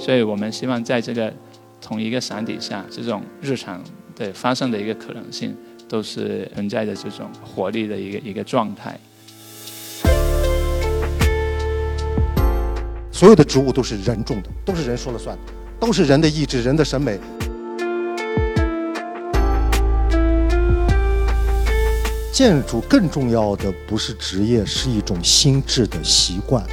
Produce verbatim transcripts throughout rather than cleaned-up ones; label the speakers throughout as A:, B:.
A: 所以我们希望在这个同一个伞底下，这种日常的发生的一个可能性都是存在的这种活力的一个一个状态。
B: 所有的植物都是人种的，都是人说了算的，都是人的意志、人的审美。建筑更重要的不是职业，是一种心智的习惯。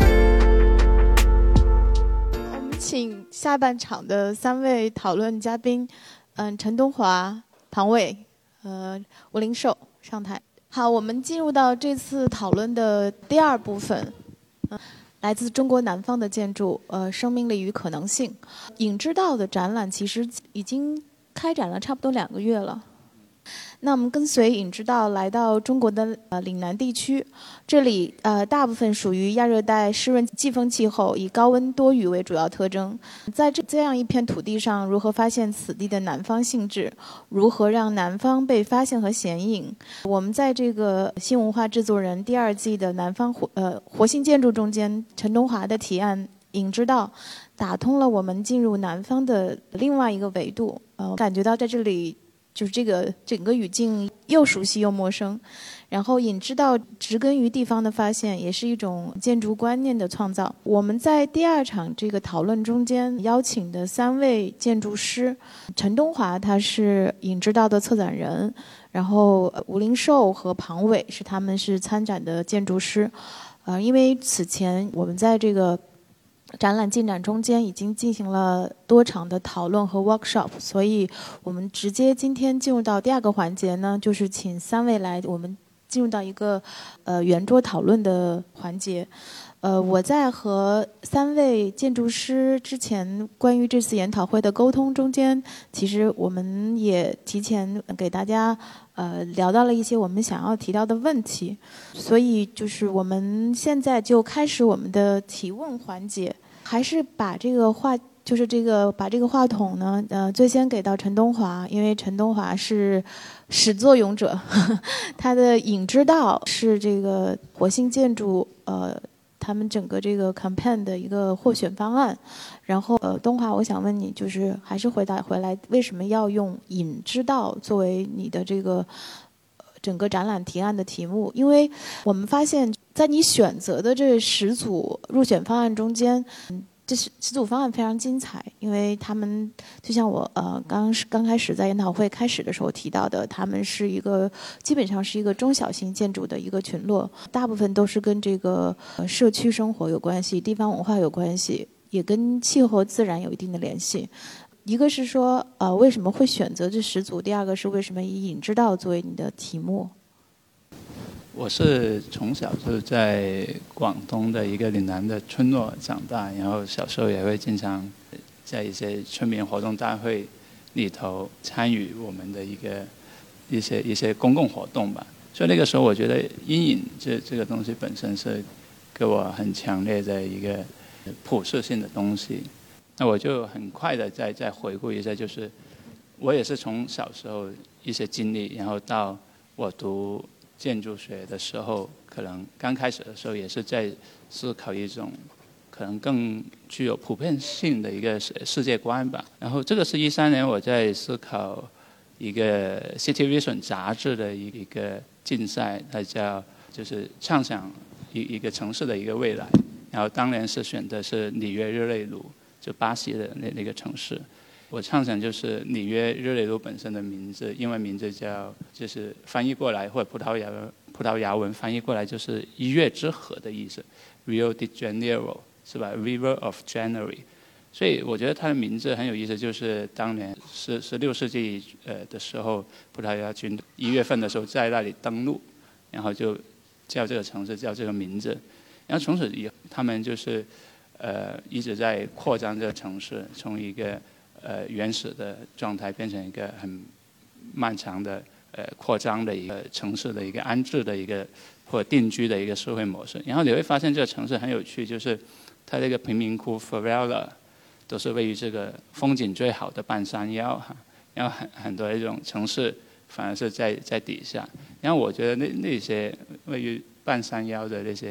C: 我们请下半场的三位讨论嘉宾，嗯，陈东华、庞伟、呃，吴林寿上台。好，我们进入到这次讨论的第二部分，嗯，来自中国南方的建筑，呃，生命力与可能性。影之道的展览其实已经开展了差不多两个月了。那我们跟随影之道来到中国的呃岭南地区，这里呃大部分属于亚热带湿润季风气候，以高温多雨为主要特征。在这这样一片土地上，如何发现此地的南方性质？如何让南方被发现和显影？我们在这个新文化制作人第二季的南方活呃活性建筑中间，陈东华的提案影之道，打通了我们进入南方的另外一个维度。呃，感觉到在这里。就是这个整个语境又熟悉又陌生，然后影之道植根于地方的发现，也是一种建筑观念的创造。我们在第二场这个讨论中间邀请的三位建筑师，陈东华他是影之道的策展人，然后吴林寿和庞伟是他们是参展的建筑师。呃，因为此前我们在这个展览进展中间已经进行了多场的讨论和 workshop， 所以我们直接今天进入到第二个环节呢，就是请三位来，我们进入到一个呃圆桌讨论的环节。呃，我在和三位建筑师之前关于这次研讨会的沟通中间，其实我们也提前给大家呃聊到了一些我们想要提到的问题，所以就是我们现在就开始我们的提问环节，还是把这个话。就是这个把这个话筒呢，呃，最先给到陈东华，因为陈东华是始作俑者，呵呵他的影之道是这个活性建筑，呃，他们整个这个 campaign 的一个获选方案。然后，呃，东华，我想问你，就是还是回答回来，为什么要用影之道作为你的这个整个展览提案的题目？因为我们发现，在你选择的这十组入选方案中间，这是十组方案非常精彩，因为他们就像我呃刚刚开始在研讨会开始的时候提到的，他们是一个基本上是一个中小型建筑的一个群落，大部分都是跟这个呃社区生活有关系，地方文化有关系，也跟气候自然有一定的联系。一个是说呃为什么会选择这十组，第二个是为什么以影之道作为你的题目。
A: 我是从小就在广东的一个岭南的村落长大，然后小时候也会经常在一些村民活动大会里头参与我们的一个一些一些公共活动吧。所以那个时候我觉得阴影这这个东西本身是给我很强烈的一个普世性的东西。那我就很快的再再回顾一下，就是我也是从小时候一些经历，然后到我读建筑学的时候，可能刚开始的时候也是在思考一种可能更具有普遍性的一个世界观吧。然后这个是一三年我在思考一个 City Vision 杂志的一个竞赛，它叫就是畅想一一个城市的一个未来。然后当年是选的是里约热内卢，就巴西的那那个城市。我畅想就是里约热内卢本身的名字，英文名字叫就是翻译过来或者葡萄牙葡萄牙文翻译过来就是一月之河的意思 ，Rio de Janeiro 是吧 ？River of January。所以我觉得它的名字很有意思，就是当年十十六世纪呃的时候，葡萄牙军一月份的时候在那里登陆，然后就叫这个城市叫这个名字，然后从此以后他们就是呃一直在扩张这个城市，从一个呃原始的状态变成一个很漫长的呃扩张的一个城市的一个安置的一个或者定居的一个社会模式。然后你会发现这个城市很有趣，就是它这个贫民窟 favela 都是位于这个风景最好的半山腰哈，然后很很多这种城市反而是在在底下。然后我觉得那那些位于半山腰的那些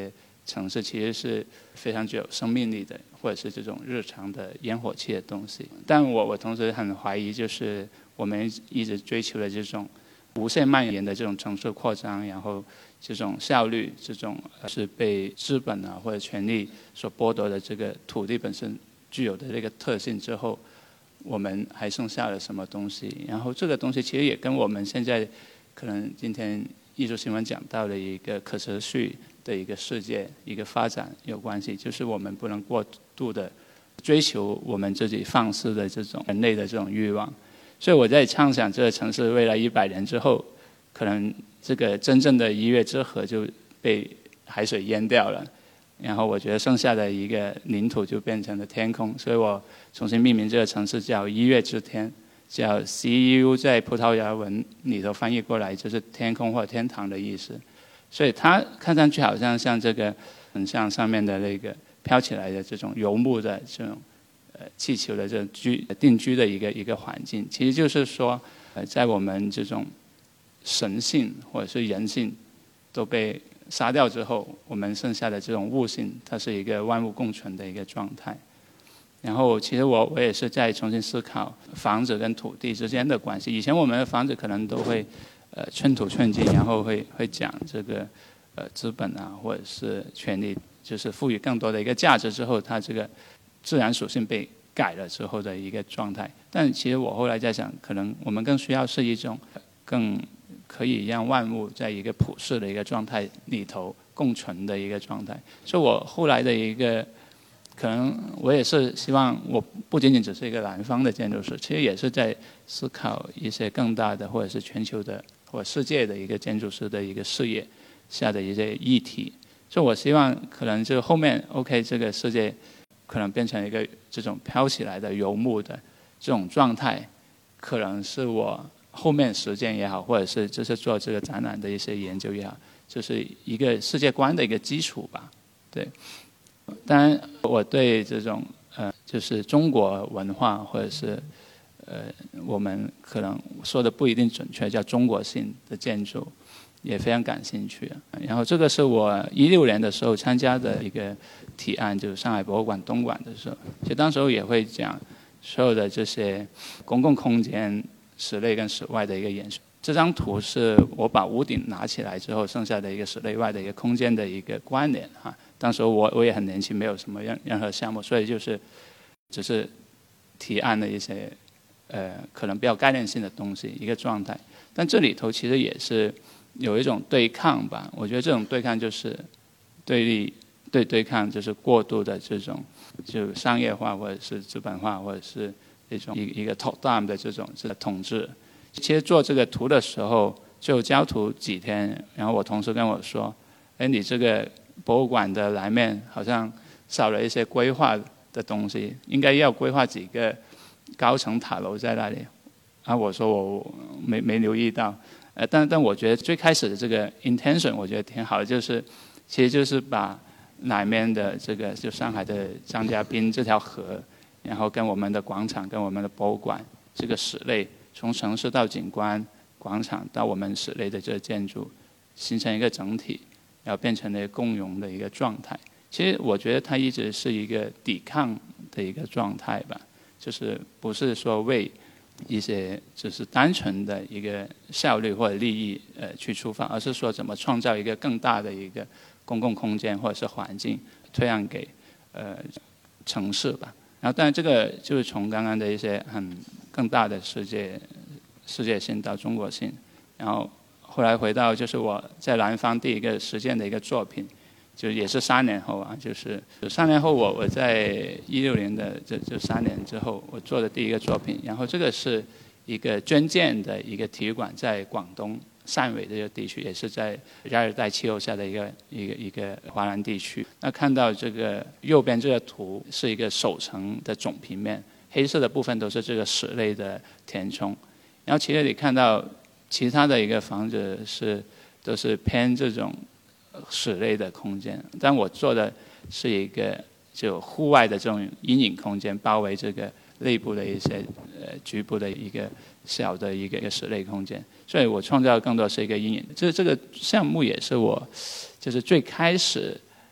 A: 城市其实是非常具有生命力的，或者是这种日常的烟火气的东西。但我我同时很怀疑，就是我们一直追求的这种无限蔓延的这种城市扩张，然后这种效率，这种是被资本啊或者权力所剥夺的这个土地本身具有的这个特性之后，我们还剩下了什么东西？然后这个东西其实也跟我们现在可能今天艺术新闻讲到的一个可持续的一个世界一个发展有关系，就是我们不能过度的追求我们自己放肆的这种人类的这种欲望。所以我在畅想这个城市未来一百年之后，可能这个真正的一月之河就被海水淹掉了，然后我觉得剩下的一个领土就变成了天空，所以我重新命名这个城市叫一月之天，叫 C E U， 在葡萄牙文里头翻译过来就是天空或天堂的意思。所以它看上去好像像这个很像上面的那个飘起来的这种游牧的这种呃气球的这种居定居的一个一个环境，其实就是说呃在我们这种神性或者是人性都被杀掉之后，我们剩下的这种物性，它是一个万物共存的一个状态。然后其实我我也是在重新思考房子跟土地之间的关系。以前我们的房子可能都会呃寸土寸金，然后会会讲这个呃资本啊或者是权力，就是赋予更多的一个价值之后，它这个自然属性被改了之后的一个状态。但其实我后来在想，可能我们更需要是一种更可以让万物在一个普世的一个状态里头共存的一个状态。所以我后来的一个可能我也是希望，我不仅仅只是一个南方的建筑师，其实也是在思考一些更大的或者是全球的或者世界的一个建筑师的一个视野下的一些议题。所以我希望可能就后面 OK 这个世界可能变成一个这种飘起来的游牧的这种状态，可能是我后面实践也好，或者是就是做这个展览的一些研究也好，就是一个世界观的一个基础吧。对，当然我对这种呃就是中国文化或者是呃我们可能说的不一定准确，叫中国性的建筑也非常感兴趣。然后这个是我一六年的时候参加的一个提案，就是上海博物馆东馆的时候，其实当时候也会讲所有的这些公共空间室内跟室外的一个延续。这张图是我把屋顶拿起来之后剩下的一个室内外的一个空间的一个关联哈。当时我我也很年轻，没有什么任任何项目，所以就是只是提案的一些呃可能比较概念性的东西一个状态。但这里头其实也是有一种对抗吧，我觉得这种对抗就是对立对对抗，就是过度的这种就商业化或者是资本化或者是一种一一个 top down 的这种是统治。其实做这个图的时候，就交图几天，然后我同事跟我说：“哎，你这个博物馆的南面好像少了一些规划的东西，应该要规划几个高层塔楼在那里。”然后我说我没没留意到，呃，但但我觉得最开始的这个 intention 我觉得挺好的，就是其实就是把南面的这个就上海的张家滨这条河，然后跟我们的广场跟我们的博物馆这个室内，从城市到景观广场到我们室内的这个建筑形成一个整体，然后变成了共融的一个状态。其实我觉得它一直是一个抵抗的一个状态吧，就是不是说为一些只是单纯的一个效率或者利益呃去出发，而是说怎么创造一个更大的一个公共空间或者是环境推让给呃城市吧。然后当然这个就是从刚刚的一些很更大的世界世界性到中国性，然后后来回到就是我在南方第一个实践的一个作品，就也是三年后啊，就是三年后我我在一六年的这这三年之后，我做的第一个作品，然后这个是一个捐建的一个体育馆，在广东汕尾这个地区，也是在亚热带气候下的一个一个一个华南地区。那看到这个右边这个图是一个首层的总平面，黑色的部分都是这个室内的填充，然后其实你看到其他的一个房子是都是偏这种室内的空间，但我做的是一个就户外的这种阴影空间，包围这个内部的一些呃局部的一个小的一个一个室内空间，所以我创造更多是一个阴影。这这个项目也是我就是最开始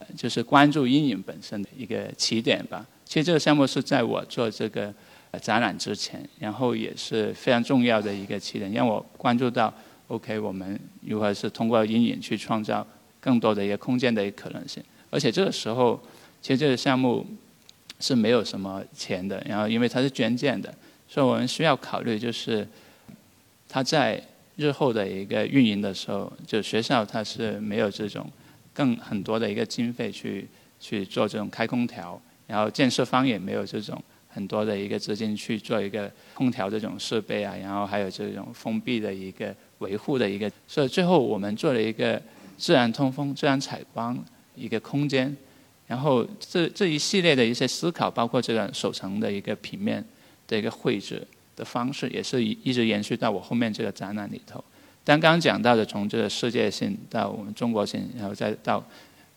A: 就是关注阴影本身的一个起点吧。其实这个项目是在我做这个展览之前，然后也是非常重要的一个起点，让我关注到 OK 我们如何是通过阴影去创造更多的一个空间的一个可能性。而且这个时候其实这个项目是没有什么钱的，然后因为它是捐建的，所以我们需要考虑就是它在日后的一个运营的时候，就学校它是没有这种更很多的一个经费去去做这种开空调，然后建设方也没有这种很多的一个资金去做一个空调这种设备啊，然后还有这种封闭的一个维护的一个，所以最后我们做了一个自然通风、自然采光一个空间，然后这这一系列的一些思考，包括这个首层的一个平面的一个绘制的方式，也是一直延续到我后面这个展览里头。但刚刚讲到的，从这个世界性到我们中国性，然后再到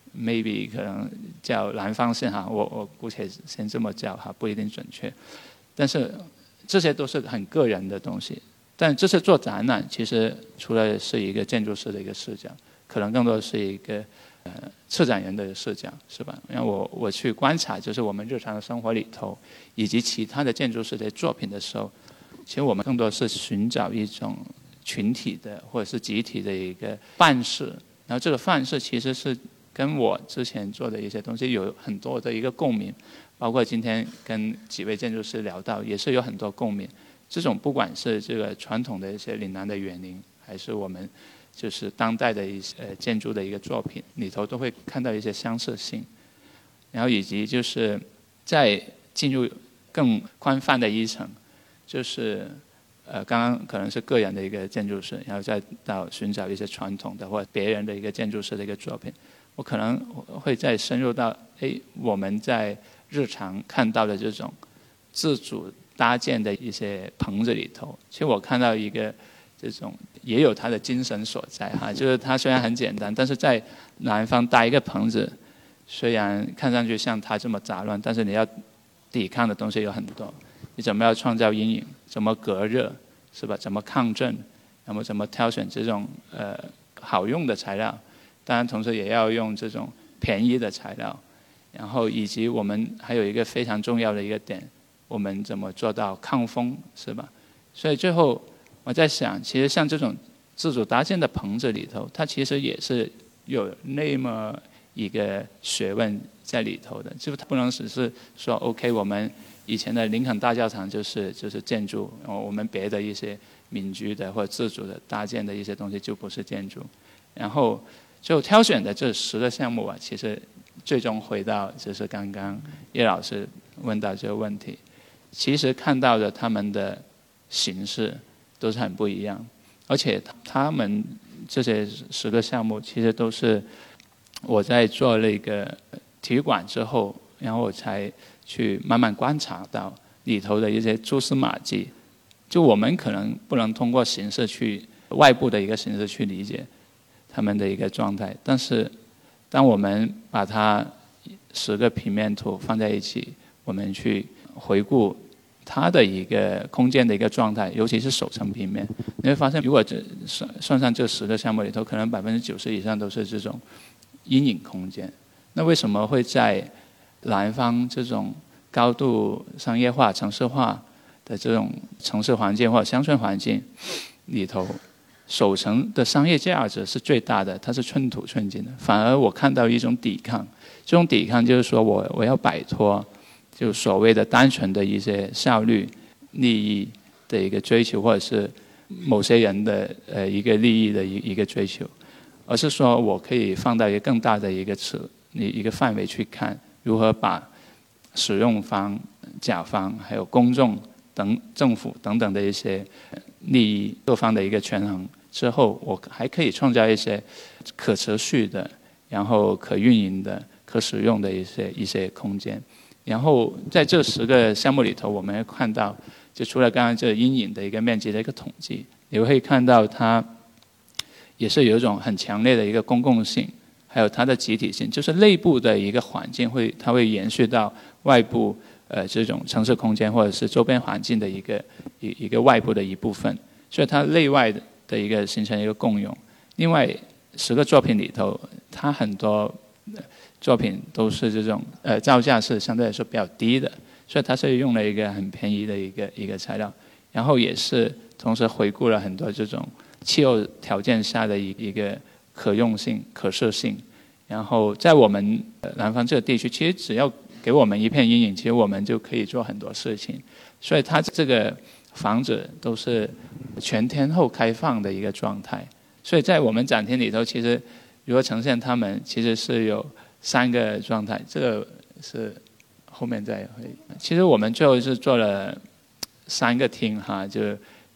A: maybe 可能叫南方性哈，我我姑且先这么叫哈，不一定准确。但是这些都是很个人的东西。但这次做展览，其实除了是一个建筑师的一个视角，可能更多的是一个呃策展人的视角，是吧？然后我我去观察，就是我们日常的生活里头，以及其他的建筑师的作品的时候，其实我们更多是寻找一种群体的或者是集体的一个范式，然后这个范式其实是跟我之前做的一些东西有很多的一个共鸣，包括今天跟几位建筑师聊到，也是有很多共鸣。这种不管是这个传统的一些岭南的园林，还是我们就是当代的一些呃建筑的一个作品里头，都会看到一些相似性。然后以及就是再进入更宽泛的一层，就是呃刚刚可能是个人的一个建筑师，然后再到寻找一些传统的或者别人的一个建筑师的一个作品，我可能会再深入到哎我们在日常看到的这种自主搭建的一些棚子里头，其实我看到一个这种也有它的精神所在哈，就是它虽然很简单，但是在南方搭一个棚子，虽然看上去像它这么杂乱，但是你要抵抗的东西有很多。你怎么样创造阴影？怎么隔热？是吧？怎么抗震？那么怎么挑选这种呃好用的材料？当然，同时也要用这种便宜的材料。然后以及我们还有一个非常重要的一个点，我们怎么做到抗风，是吧？所以最后我在想，其实像这种自主搭建的棚子里头，它其实也是有那么一个学问在里头的，就是它不能只是说 OK 我们以前的林肯大教堂就是就是建筑，我们别的一些民居的或者自主的搭建的一些东西就不是建筑。然后就挑选的这十个项目啊，其实最终回到就是刚刚叶老师问到这个问题，其实看到的他们的形式都是很不一样，而且他们这些十个项目其实都是我在做那个体育馆之后，然后我才去慢慢观察到里头的一些蛛丝马迹，就我们可能不能通过形式去外部的一个形式去理解他们的一个状态，但是当我们把它十个平面图放在一起，我们去回顾它的一个空间的一个状态，尤其是首层平面，你会发现，如果这算算上这十个项目里头，可能百分之九十以上都是这种阴影空间。那为什么会在南方这种高度商业化、城市化的这种城市环境或者乡村环境里头，首层的商业价值是最大的，它是寸土寸金的，反而我看到一种抵抗，这种抵抗就是说我我要摆脱就所谓的单纯的一些效率、利益的一个追求，或者是某些人的呃一个利益的一一个追求，而是说我可以放到一个更大的一个尺、一个范围去看，如何把使用方、甲方还有公众等政府等等的一些利益各方的一个权衡之后，我还可以创造一些可持续的，然后可运营的、可使用的一些一些空间。然后在这十个项目里头，我们会看到，就除了刚刚这阴影的一个面积的一个统计，也会看到它也是有一种很强烈的一个公共性，还有它的集体性，就是内部的一个环境会它会延续到外部呃这种城市空间或者是周边环境的一个一一个外部的一部分，所以它内外的一个形成一个共用。另外十个作品里头，它很多作品都是这种呃造价是相对来说比较低的，所以它是用了一个很便宜的一个一个材料，然后也是同时回顾了很多这种气候条件下的一一个可用性、可视性。然后在我们南方这个地区，其实只要给我们一片阴影，其实我们就可以做很多事情。所以它这个房子都是全天候开放的一个状态。所以在我们展厅里头，其实如果呈现它们，其实是有三个状态。这个是后面再会。其实我们最后是做了三个厅哈，就是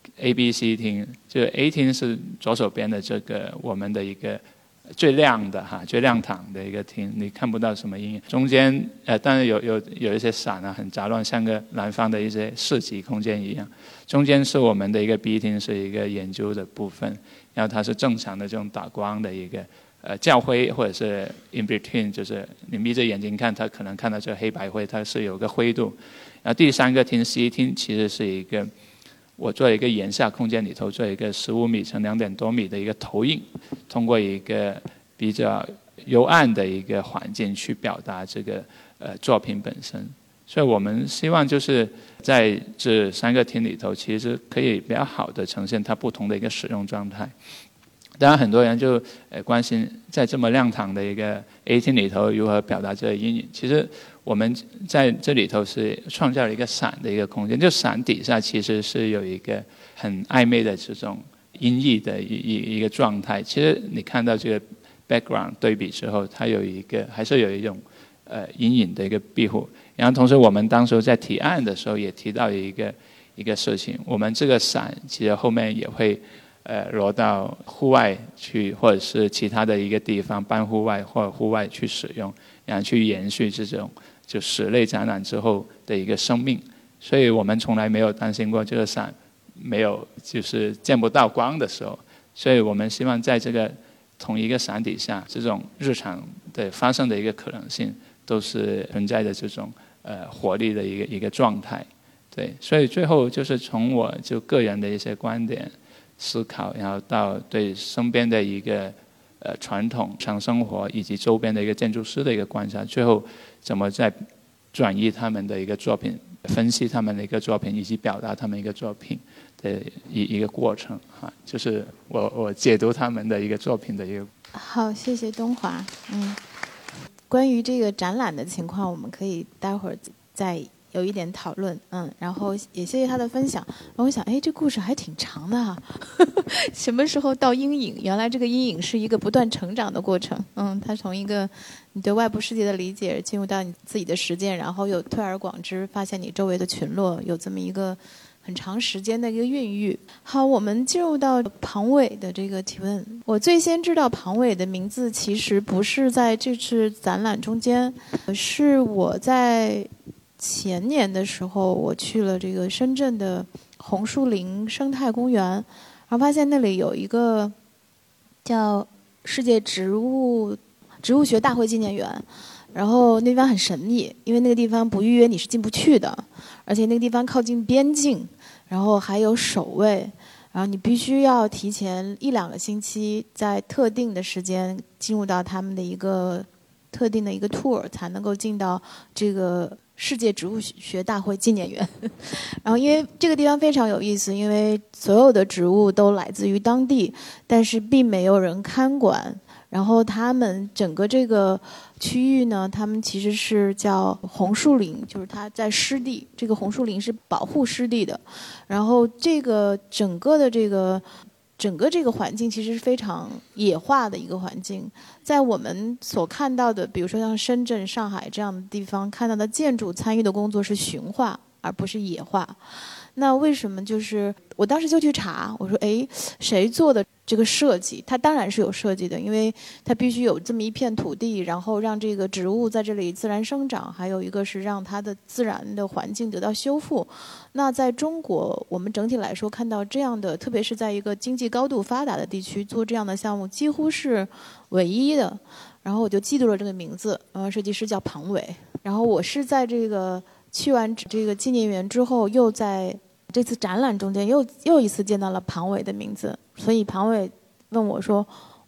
A: A、B、C 厅。就 A 厅是左手边的这个我们的一个最亮的哈，最亮堂的一个厅，你看不到什么阴影。中间呃，当然有有有一些伞啊，很杂乱，像个南方的一些市集空间一样。中间是我们的一个 B 厅，是一个研究的部分，然后它是正常的这种打光的一个呃校灰，或者是 in between， 就是你眯着眼睛看，它可能看到这个黑白灰，它是有个灰度。然后第三个厅 C 厅其实是一个。我做一个檐下空间里头做一个十五米乘两点多米的一个投影，通过一个比较幽暗的一个环境去表达这个呃作品本身。所以我们希望就是在这三个厅里头，其实可以比较好的呈现它不同的一个使用状态。当然很多人就呃关心在这么亮堂的一个 A 厅里头如何表达这个阴影。其实我们在这里头是创造了一个伞的一个空间，就伞底下其实是有一个很暧昧的这种阴翳的一一一个状态。其实你看到这个 background 对比之后，它有一个还是有一种呃阴影的一个庇护。然后同时我们当时在提案的时候也提到一个一个事情，我们这个伞其实后面也会呃挪到户外去，或者是其他的一个地方半户外或者户外去使用，然后去延续这种就室内展览之后的一个生命。所以我们从来没有担心过这个伞没有就是见不到光的时候。所以我们希望在这个同一个伞底下，这种日常的发生的一个可能性都是存在的这种呃活力的一个一个状态。对，所以最后就是从我就个人的一些观点思考，然后到对身边的一个呃传统日常生活以及周边的一个建筑师的一个观察，最后怎么在转移他们的一个作品，分析他们的一个作品，以及表达他们一个作品的一一个过程哈，就是我我解读他们的一个作品的一个。
C: 好，谢谢东华。嗯，关于这个展览的情况，我们可以待会儿再有一点讨论。嗯，然后也谢谢他的分享。然后我想，哎，这故事还挺长的哈、啊。什么时候到阴影？原来这个阴影是一个不断成长的过程。嗯，它从一个你对外部世界的理解，进入到你自己的实践，然后又推而广之，发现你周围的群落有这么一个很长时间的一个孕育。好，我们进入到庞伟的这个提问。我最先知道庞伟的名字，其实不是在这次展览中间，是我在前年的时候，我去了这个深圳的红树林生态公园，然后发现那里有一个叫世界植物植物学大会纪念园。然后那地方很神秘，因为那个地方不预约你是进不去的，而且那个地方靠近边境，然后还有守卫，然后你必须要提前一两个星期，在特定的时间进入到他们的一个特定的一个 tour， 才能够进到这个世界植物学大会纪念园。然后因为这个地方非常有意思，因为所有的植物都来自于当地，但是并没有人看管。然后他们整个这个区域呢，他们其实是叫红树林，就是它在湿地，这个红树林是保护湿地的。然后这个整个的这个整个这个环境其实是非常野化的一个环境。在我们所看到的，比如说像深圳、上海这样的地方看到的建筑参与的工作是驯化，而不是野化。那为什么就是我当时就去查，我说哎，谁做的这个设计？它当然是有设计的，因为它必须有这么一片土地，然后让这个植物在这里自然生长，还有一个是让它的自然的环境得到修复。那在中国，我们整体来说看到这样的，特别是在一个经济高度发达的地区做这样的项目，几乎是唯一的。然后我就记住了这个名字，呃，设计师叫庞伟。然后我是在这个去完这个纪念园之后，又在这次展览中间又又一次见到了庞伟的名字，所以庞伟问我说：“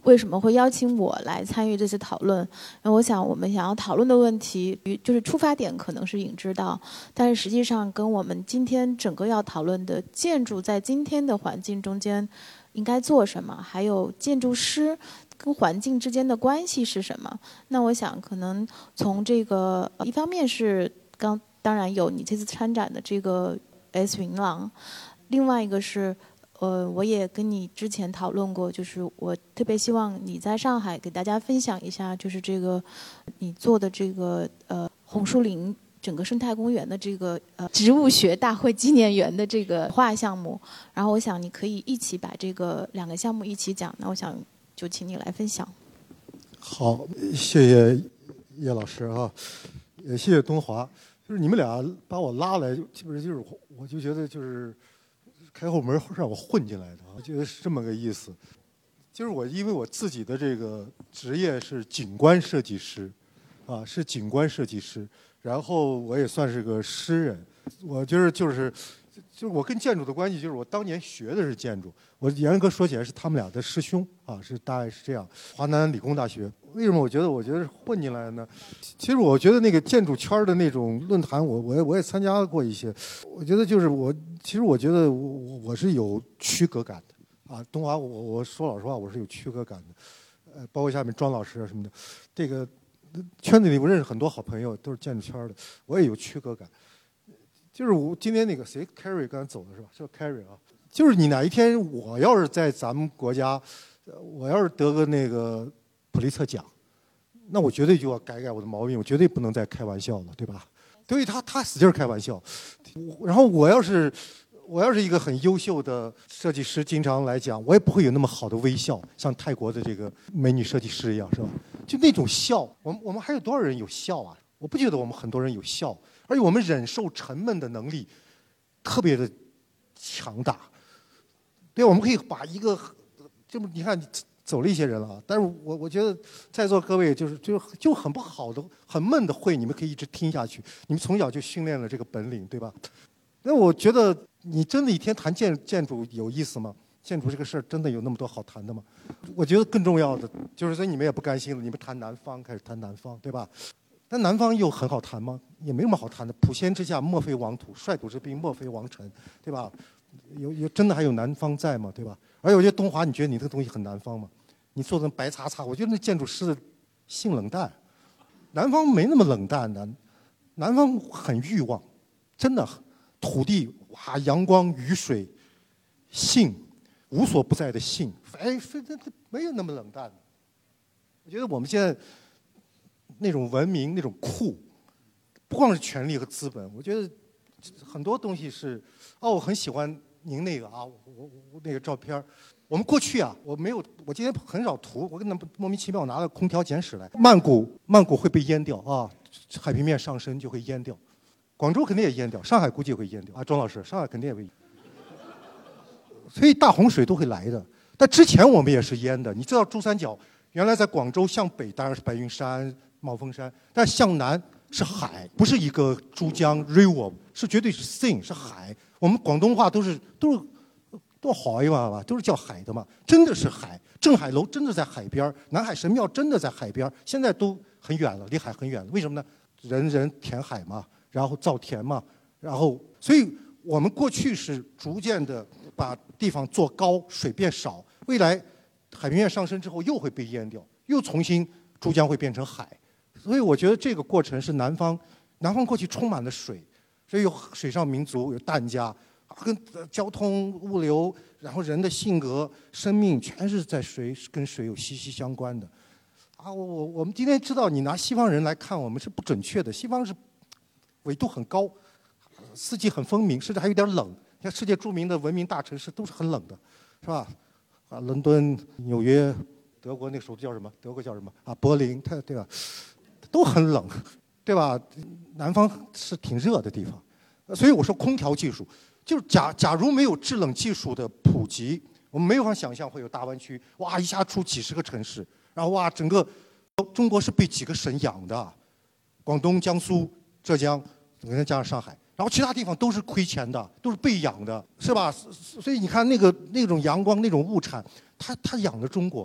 C: 为什么会邀请我来参与这次讨论？那我想我们想要讨论的问题，就是出发点可能是影之道，但是实际上跟我们今天整个要讨论的建筑在今天的环境中间应该做什么，还有建筑师跟环境之间的关系是什么？那我想可能从这个一方面是刚当然有你这次参展的这个 S 云廊，另外一个是。呃，我也跟你之前讨论过，就是我特别希望你在上海给大家分享一下，就是这个你做的这个呃红树林整个生态公园的这个呃植物学大会纪念园的这个画项目。然后我想你可以一起把这个两个项目一起讲，那我想就请你来分享。
B: 好，谢谢叶老师啊，也谢谢东华，就是你们俩把我拉来，基本上就是我就觉得就是。开后门让我混进来的，我觉得是这么个意思。就是我因为我自己的这个职业是景观设计师，啊，是景观设计师，然后我也算是个诗人。我觉得就是就是我跟建筑的关系，就是我当年学的是建筑，我严格说起来是他们俩的师兄啊，是大概是这样。华南理工大学，为什么我觉得我觉得混进来呢？其实我觉得那个建筑圈的那种论坛，我我我也参加过一些。我觉得就是我，其实我觉得我我是有区隔感的啊。东华，我我说老实话，我是有区隔感的。呃，包括下面庄老师啊什么的，这个圈子里我认识很多好朋友，都是建筑圈的，我也有区隔感。就是我今天那个谁 Carrie 刚才走了是吧？是 Carrie 啊。就是你哪一天我要是在咱们国家，我要是得个那个普利策奖，那我绝对就要改改我的毛病，我绝对不能再开玩笑了，对吧？对他他使劲开玩笑，然后我要是我要是一个很优秀的设计师，经常来讲，我也不会有那么好的微笑，像泰国的这个美女设计师一样，是吧？就那种笑，我们我们还有多少人有笑啊？我不觉得我们很多人有笑。而且我们忍受沉闷的能力特别的强大，对，我们可以把一个，就你看走了一些人了啊，但是我我觉得在座各位就是就是就很不好的、很闷的会，你们可以一直听下去，你们从小就训练了这个本领，对吧？那我觉得你真的一天谈建建筑有意思吗？建筑这个事儿真的有那么多好谈的吗？我觉得更重要的就是，所以你们也不甘心了，你们谈南方，开始谈南方，对吧？但南方又很好谈吗？也没什么好谈的。普贤之下，莫非王土；率土之滨，莫非王臣，对吧？有有真的还有南方在吗？对吧？而且我觉得东华，你觉得你这个东西很南方吗？你做成白擦擦，我觉得那建筑师的性冷淡。南方没那么冷淡的，南方很欲望，真的，土地哇，阳光、雨水、性，无所不在的性，哎，这这没有那么冷淡的。我觉得我们现在。那种文明，那种酷，不光是权力和资本，我觉得很多东西是。哦，我很喜欢您那个啊，我我我那个照片。我们过去啊，我没有，我今天很少涂，我跟他莫名其妙拿了空调简史来。曼谷，曼谷会被淹掉啊，海平面上升就会淹掉。广州肯定也淹掉，上海估计也会淹掉啊。庄老师，上海肯定也会。所以大洪水都会来的，但之前我们也是淹的。你知道珠三角原来在广州向北当然是白云山。帽峰山，但向南是海，不是一个珠江 river， 是绝对是 sea 是海。我们广东话都是都是多好一嘛吧，都是叫海的嘛，真的是海。镇海楼真的在海边，南海神庙真的在海边，现在都很远了，离海很远了。为什么呢？人人填海嘛，然后造田嘛，然后所以我们过去是逐渐的把地方做高，水变少，未来海平面上升之后又会被淹掉，又重新珠江会变成海。所以我觉得这个过程是南方，南方过去充满了水，所以有水上民族，有疍家，跟交通物流，然后人的性格、生命全是在水跟水有息息相关的。啊，我我我们今天知道，你拿西方人来看我们是不准确的，西方是纬度很高，四季很分明，甚至还有点冷。像世界著名的文明大城市都是很冷的，是吧？啊，伦敦、纽约，德国那个首都叫什么？德国叫什么？啊，柏林，它对吧？都很冷，对吧？南方是挺热的地方，所以我说空调技术，就是假假如没有制冷技术的普及，我们没有法想象会有大湾区，哇，一下出几十个城市，然后哇，整个中国是被几个省养的，广东、江苏、浙江，再加上上海，然后其他地方都是亏钱的，都是被养的，是吧？所以你看那个那种阳光、那种物产，它它养了中国。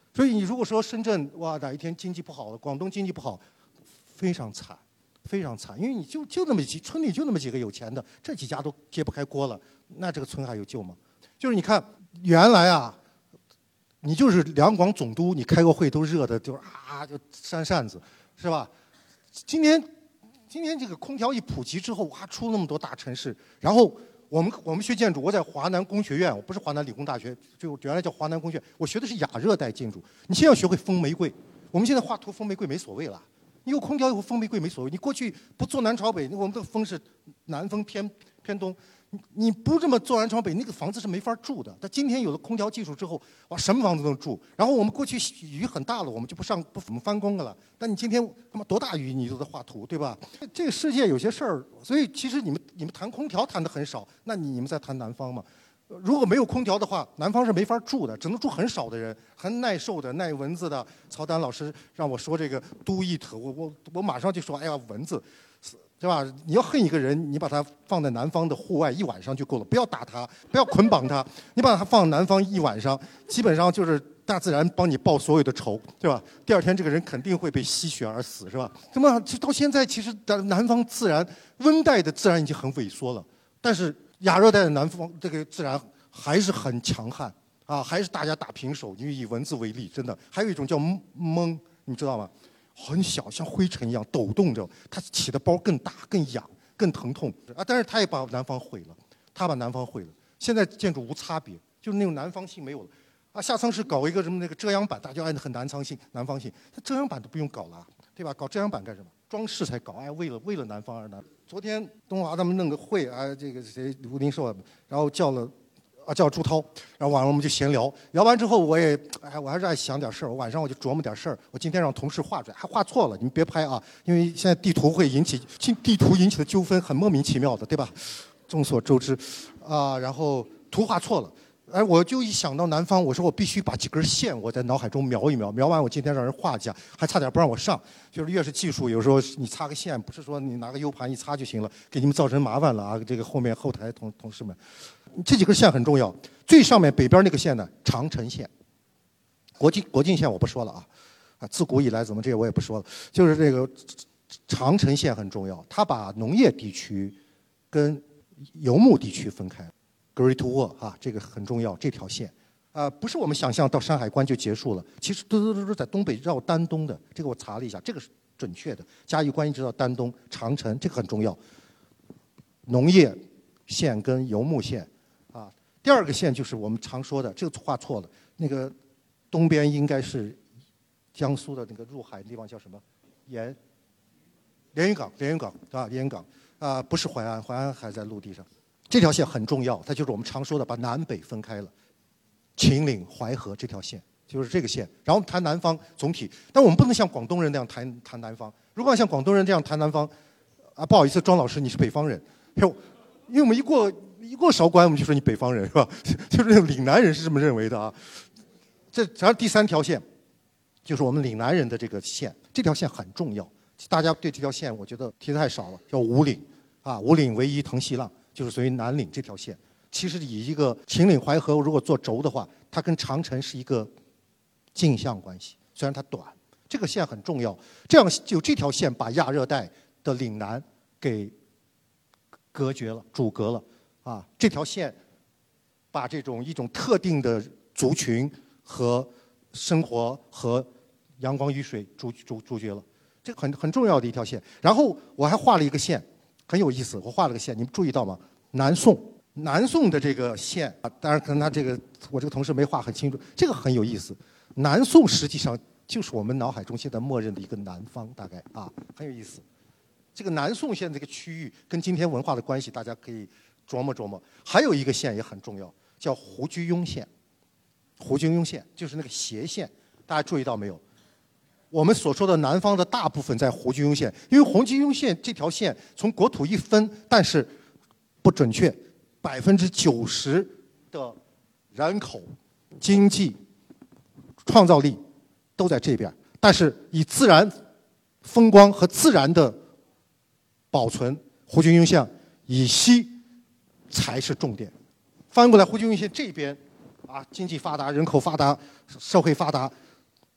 B: 所以你如果说深圳哇哪一天经济不好了，广东经济不好，非常惨，非常惨，因为你就就那么几村里就那么几个有钱的，这几家都揭不开锅了，那这个村还有救吗？就是你看原来啊，你就是两广总督，你开个会都热的，就是啊就扇扇子，是吧？今年今年这个空调一普及之后，哇出那么多大城市，然后。我们我们学建筑，我在华南工学院，我不是华南理工大学，就原来叫华南工学院，我学的是亚热带建筑。你现在要学会风玫瑰，我们现在画图风玫瑰没所谓了，你有空调以后风玫瑰没所谓。你过去不坐南朝北，我们的风是南风偏偏东，你不这么坐南朝北，那个房子是没法住的。但今天有了空调技术之后，哇，什么房子都能住。然后我们过去雨很大了，我们就不上不怎么翻工了。但你今天他妈多大雨你都在画图，对吧？这个世界有些事儿，所以其实你们你们谈空调谈的很少，那你你们在谈南方嘛？如果没有空调的话，南方是没法住的，只能住很少的人，很耐受的、耐蚊子的。曹丹老师让我说这个都一特，我我我马上就说，哎呀，蚊子。对吧？你要恨一个人，你把他放在南方的户外一晚上就够了，不要打他，不要捆绑他，你把他放南方一晚上，基本上就是大自然帮你报所有的仇，对吧？第二天这个人肯定会被吸血而死，是吧？那么到现在，其实南方自然温带的自然已经很萎缩了，但是亚热带的南方这个自然还是很强悍啊，还是大家打平手。因为以蚊子为例，真的还有一种叫蒙，你知道吗？很小，像灰尘一样抖动着，它起的包更大、更痒、更疼痛啊！但是它也把南方毁了，它把南方毁了。现在建筑无差别，就是那种南方性没有了啊！下仓市搞一个什么那个遮阳板，大家按很南方性、南方性，它遮阳板都不用搞了，对吧？搞遮阳板干什么？装饰才搞，哎，为了为了南方而南。昨天东华他们弄个会啊，这个谁吴林寿，然后叫了。啊，叫朱涛，然后晚上我们就闲聊，聊完之后我也，哎，我还是爱想点事儿，我晚上我就琢磨点事儿，我今天让同事画出来，还画错了，你们别拍啊，因为现在地图会引起，地图引起的纠纷很莫名其妙的，对吧？众所周知，啊，然后图画错了，哎，我就一想到南方，我说我必须把几根线我在脑海中描一描，描完我今天让人画一下，还差点不让我上，就是越是技术，有时候你擦个线，不是说你拿个 U 盘一擦就行了，给你们造成麻烦了啊，这个后面后台同同事们。这几根线很重要，最上面北边那个线呢，长城线。国境国境线我不说了啊，啊，自古以来怎么这些我也不说了，就是这个长城线很重要，它把农业地区跟游牧地区分开 ，Great Wall 啊，这个很重要，这条线啊、呃，不是我们想象到山海关就结束了，其实都都都是在东北绕丹东的，这个我查了一下，这个是准确的，嘉峪关一直到丹东，长城这个很重要，农业线跟游牧线。啊，第二个线就是我们常说的，这个画错了。那个东边应该是江苏的那个入海的地方叫什么？盐连云港，连云港啊，连云港啊，不是淮安，淮安还在陆地上。这条线很重要，它就是我们常说的把南北分开了。秦岭淮河这条线就是这个线。然后谈南方总体，但我们不能像广东人那样谈谈南方。如果要像广东人这样谈南方，啊，不好意思，庄老师你是北方人，因为我们一过。一过韶关，我们就说你北方人是吧？就是那种岭南人是这么认为的啊。这然后第三条线，就是我们岭南人的这个线，这条线很重要。大家对这条线我觉得提的太少了，叫五岭啊，五岭为一腾细浪，就是属于南岭这条线。其实以一个秦岭淮河如果做轴的话，它跟长城是一个镜像关系，虽然它短，这个线很重要。这样就这条线把亚热带的岭南给隔绝了、阻隔了。啊，这条线把这种一种特定的族群和生活和阳光雨水阻阻阻绝了，这个很很重要的一条线。然后我还画了一个线，很有意思。我画了个线，你们注意到吗？南宋，南宋的这个线啊，当然可能他这个我这个同事没画很清楚，这个很有意思。南宋实际上就是我们脑海中现在默认的一个南方，大概啊，很有意思。这个南宋现在这个区域跟今天文化的关系，大家可以琢磨琢磨。还有一个线也很重要，叫胡居庸线。胡居庸线就是那个斜线，大家注意到没有？我们所说的南方的大部分在胡居庸线，因为胡居庸线这条线从国土一分，但是不准确，百分之九十的人口、经济、创造力都在这边，但是以自然风光和自然的保存，胡居庸线以西才是重点。翻过来，胡居庸线这边啊，经济发达，人口发达，社会发达，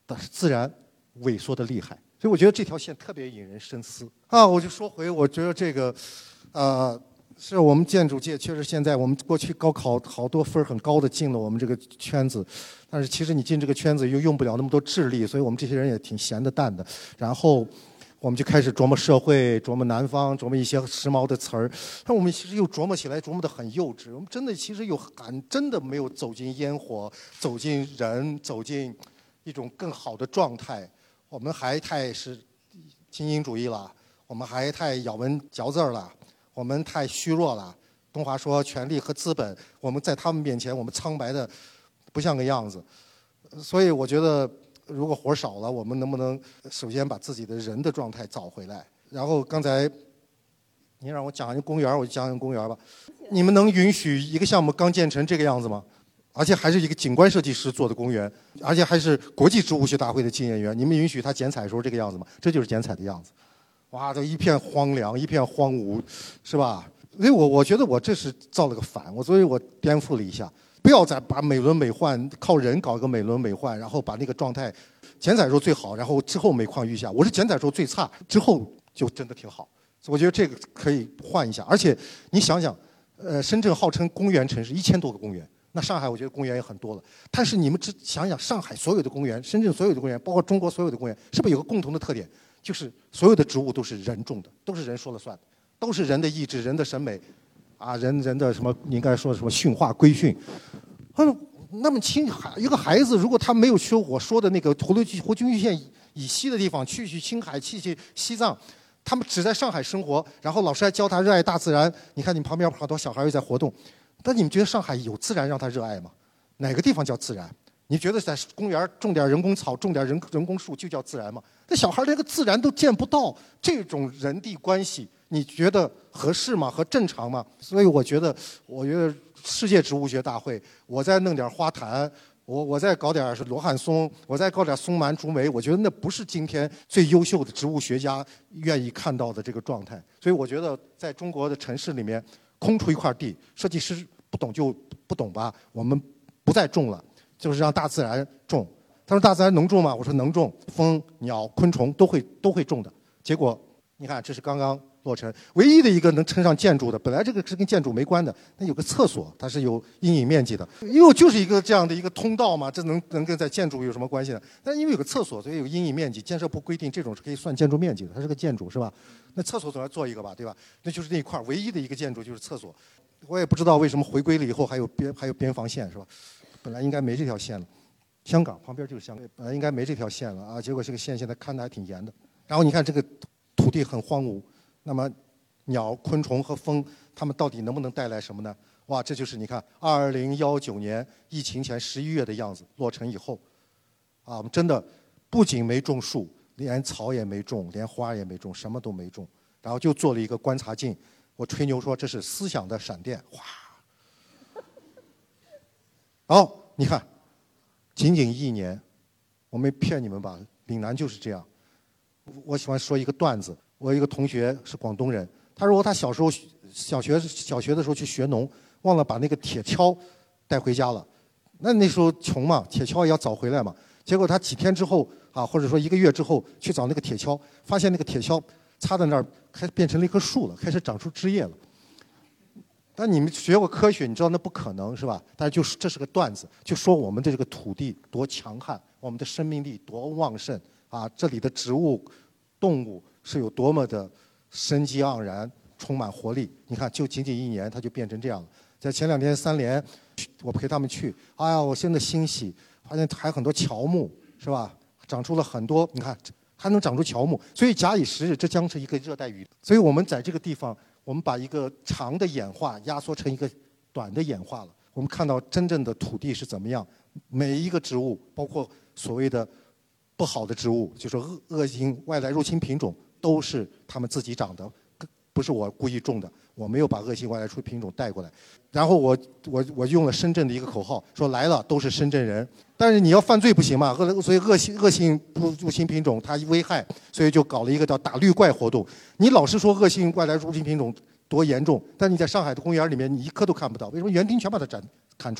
B: 但是自然萎缩的厉害。所以我觉得这条线特别引人深思啊！我就说回，我觉得这个，呃，是我们建筑界确实现在我们过去高考好多分很高的进了我们这个圈子，但是其实你进这个圈子又用不了那么多智力，所以我们这些人也挺闲的淡的。然后我们就开始琢磨社会，琢磨南方，琢磨一些时髦的词儿，但我们其实又琢磨起来，琢磨得很幼稚。我们真的其实有很真的没有走进烟火，走进人，走进一种更好的状态。我们还太是精英主义了，我们还太咬文嚼字了，我们太虚弱了。东华说权力和资本，我们在他们面前，我们苍白的不像个样子。所以我觉得，如果活少了，我们能不能首先把自己的人的状态找回来？然后刚才您让我讲一个公园，我就讲一个公园吧。你们能允许一个项目刚建成这个样子吗？而且还是一个景观设计师做的公园，而且还是国际植物学大会的竞演员，你们允许他剪彩的时候这个样子吗？这就是剪彩的样子，哇，这一片荒凉，一片荒芜，是吧？所以我我觉得我这是造了个反，我所以我颠覆了一下，不要再把美轮美奂靠人搞一个美轮美奂，然后把那个状态剪彩时候最好，然后之后每况愈下。我是剪彩时候最差，之后就真的挺好。所以我觉得这个可以换一下，而且你想想，呃，深圳号称公园城市，一千多个公园。那上海我觉得公园也很多了，但是你们只想想上海所有的公园，深圳所有的公园，包括中国所有的公园，是不是有个共同的特点？就是所有的植物都是人种的，都是人说了算的，都是人的意志、人的审美，啊，人人的什么？你刚才说的什么驯化规训？嗯，那么青海一个孩子，如果他没有去我说的那个胡流胡军区线以西的地方，去去青海，去去西藏。他们只在上海生活，然后老师还教他热爱大自然。你看你们旁边好多小孩又在活动。但你们觉得上海有自然让他热爱吗？哪个地方叫自然？你觉得在公园种点人工草、种点人人工树就叫自然吗？那小孩连个自然都见不到，这种人地关系，你觉得合适吗？和正常吗？所以我觉得，我觉得世界植物学大会，我再弄点花坛，我我再搞点是罗汉松，我再搞点松蔓、竹梅，我觉得那不是今天最优秀的植物学家愿意看到的这个状态。所以我觉得，在中国的城市里面，空出一块地，设计师不懂就不懂吧，我们不再种了，就是让大自然种。他说大自然能种吗？我说能种，蜂、鸟、昆虫都会都会种的。结果你看，这是刚刚落成，唯一的一个能称上建筑的，本来这个是跟建筑没关的，那有个厕所，它是有阴影面积的，因为就是一个这样的一个通道嘛，这能能跟在建筑有什么关系呢？但是因为有个厕所，所以有阴影面积，建设部规定这种是可以算建筑面积的，它是个建筑是吧？那厕所总要做一个吧，对吧？那就是那一块唯一的一个建筑就是厕所。我也不知道为什么回归了以后还有边还有边防线是吧？本来应该没这条线了。香港旁边就是香港，本来应该没这条线了啊，结果这个线现在看得还挺严的。然后你看这个土地很荒芜，那么鸟、昆虫和蜂，它们到底能不能带来什么呢？哇，这就是你看二零一九年疫情前十一月的样子，落成以后，啊，我们真的不仅没种树，连草也没种，连花也没种，什么都没种，然后就做了一个观察镜。我吹牛说这是思想的闪电，哗！然后你看，仅仅一年，我没骗你们吧？岭南就是这样。我喜欢说一个段子，我有一个同学是广东人，他说他小时候小学小学的时候去学农，忘了把那个铁锹带回家了。那那时候穷嘛，铁锹也要找回来嘛。结果他几天之后啊，或者说一个月之后去找那个铁锹，发现那个铁锹插在那儿开始变成了一棵树了，开始长出枝叶了。但你们学过科学，你知道那不可能是吧？但是就是这是个段子，就说我们的这个土地多强悍，我们的生命力多旺盛啊！这里的植物、动物是有多么的生机盎然、充满活力。你看，就仅仅一年，它就变成这样了。在前两天三联，我陪他们去，哎呀，我现在欣喜，发现还有很多乔木，是吧？长出了很多，你看还能长出乔木，所以假以时日，这将是一个热带雨林。所以我们在这个地方。我们把一个长的演化压缩成一个短的演化了。我们看到真正的土地是怎么样，每一个植物，包括所谓的不好的植物，就是恶恶性外来入侵品种，都是他们自己长的，不是我故意种的，我没有把恶性外来入侵品种带过来。然后我我我用了深圳的一个口号，说来了都是深圳人。但是你要犯罪不行嘛，恶所以恶性恶性入侵品种它危害，所以就搞了一个叫打绿怪活动。你老是说恶性外来入侵品种多严重，但你在上海的公园里面你一棵都看不到，为什么园丁全把它斩砍除了？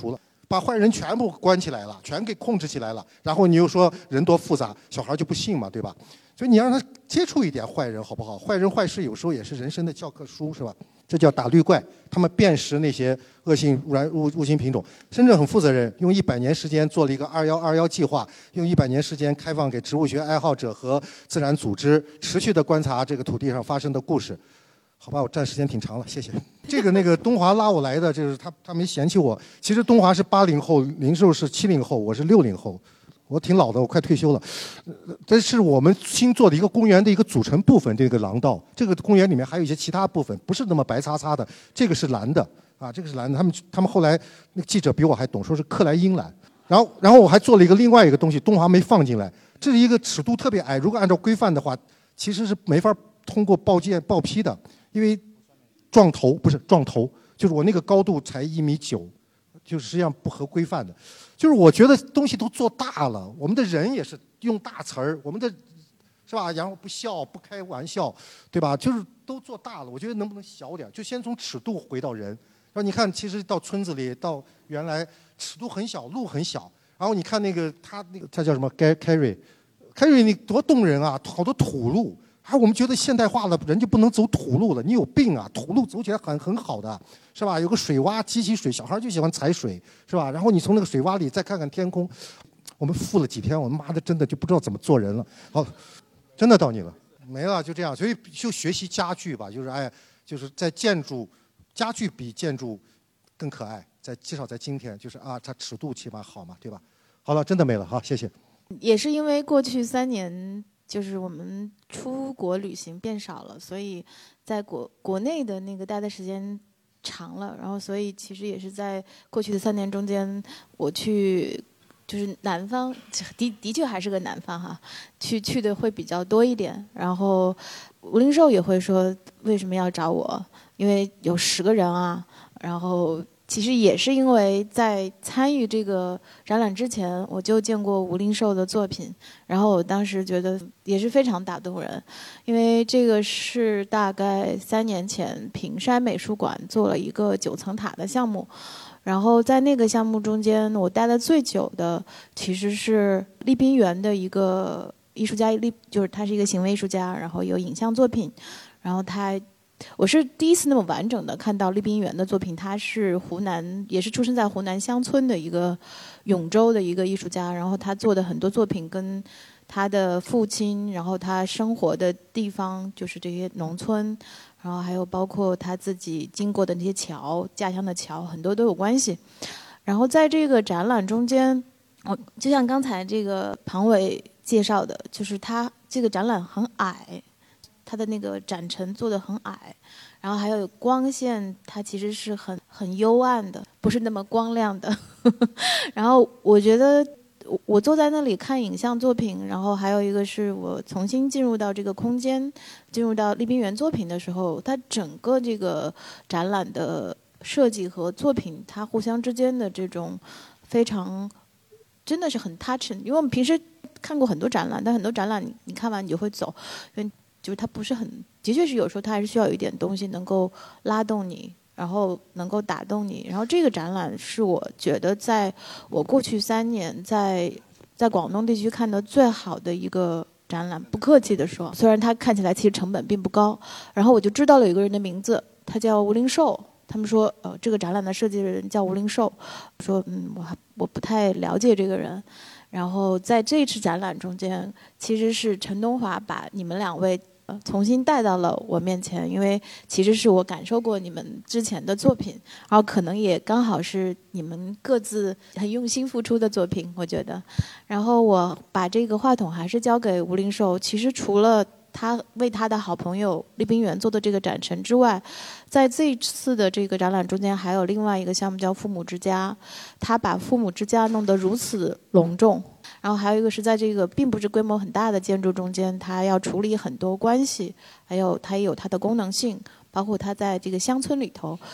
B: 把坏人全部关起来了，全给控制起来了，然后你又说人多复杂，小孩就不信嘛，对吧？所以你让他接触一点坏人好不好？坏人坏事有时候也是人生的教科书，是吧？这叫打绿怪，他们辨识那些恶性软入入侵品种。深圳很负责任，用一百年时间做了一个二幺二幺计划，用一百年时间开放给植物学爱好者和自然组织持续的观察这个土地上发生的故事。好吧，我占时间挺长了，谢谢。这个那个东华拉我来的，就是他他没嫌弃我。其实东华是八零后，零售是七零后，我是六零后。我挺老的，我快退休了。这是我们新做的一个公园的一个组成部分，这个廊道。这个公园里面还有一些其他部分，不是那么白擦擦的。这个是蓝的啊，这个是蓝的。他们他们后来那个记者比我还懂，说是克莱因蓝。然后然后我还做了一个另外一个东西，东华没放进来。这是一个尺度特别矮，如果按照规范的话，其实是没法通过报建报批的，因为撞头不是撞头，就是我那个高度才一米九，就是实际上不合规范的。就是我觉得东西都做大了，我们的人也是用大词儿，我们的是吧？然后不笑不开玩笑，对吧？就是都做大了。我觉得能不能小点？就先从尺度回到人。然后你看，其实到村子里，到原来尺度很小，路很小。然后你看那个他那个他叫什么 Carry，Carry 你多动人啊，好多土路。啊，我们觉得现代化了，人就不能走土路了，你有病啊！土路走起来很很好的，是吧？有个水洼激起水，小孩就喜欢踩水，是吧？然后你从那个水洼里再看看天空，我们富了几天，我妈的真的就不知道怎么做人了。好，真的到你了，没了，就这样。所以就学习家具吧，就是哎，就是在建筑，家具比建筑更可爱，在至少在今天，就是啊，它尺度起码好嘛，对吧？好了，真的没了，好，谢谢。
C: 也是因为过去三年。就是我们出国旅行变少了，所以在国国内的那个待的时间长了，然后所以其实也是在过去的三年中间，我去就是南方，的的确还是个南方哈，去去的会比较多一点。然后吴灵寿也会说为什么要找我，因为有十个人啊，然后。其实也是因为在参与这个展览之前，我就见过吴灵寿的作品，然后我当时觉得也是非常打动人，因为这个是大概三年前平山美术馆做了一个九层塔的项目，然后在那个项目中间，我待的最久的其实是利宾园的一个艺术家，利就是他是一个行为艺术家，然后有影像作品，然后他。我是第一次那么完整的看到利宾园的作品，他是湖南，也是出生在湖南乡村的一个永州的一个艺术家，然后他做的很多作品跟他的父亲，然后他生活的地方就是这些农村，然后还有包括他自己经过的那些桥，家乡的桥，很多都有关系。然后在这个展览中间，我就像刚才这个庞伟介绍的，就是他这个展览很矮。它的那个展陈做得很矮，然后还有光线，它其实是很很幽暗的，不是那么光亮的。然后我觉得我坐在那里看影像作品，然后还有一个是我重新进入到这个空间，进入到利宾园作品的时候，它整个这个展览的设计和作品，它互相之间的这种非常真的是很 touching， 因为我们平时看过很多展览，但很多展览你你看完你就会走，因为就是它不是很，的确是有时候它还是需要有一点东西能够拉动你，然后能够打动你。然后这个展览是我觉得在我过去三年在在广东地区看的最好的一个展览，不客气的说，虽然它看起来其实成本并不高。然后我就知道了有一个人的名字，他叫吴灵寿。他们说，呃，这个展览的设计人叫吴灵寿。说，嗯，我还我不太了解这个人。然后在这次展览中间，其实是陈东华把你们两位。呃，重新带到了我面前，因为其实是我感受过你们之前的作品，然后可能也刚好是你们各自很用心付出的作品，我觉得。然后我把这个话筒还是交给吴灵寿，其实除了他为他的好朋友利宾园做的这个展陈之外，在这一次的这个展览中间还有另外一个项目叫父母之家，他把父母之家弄得如此隆重。然后还有一个是在这个并不是规模很大的建筑中间，它要处理很多关系，还有它也有它的功能性，包括它在这个乡村里头，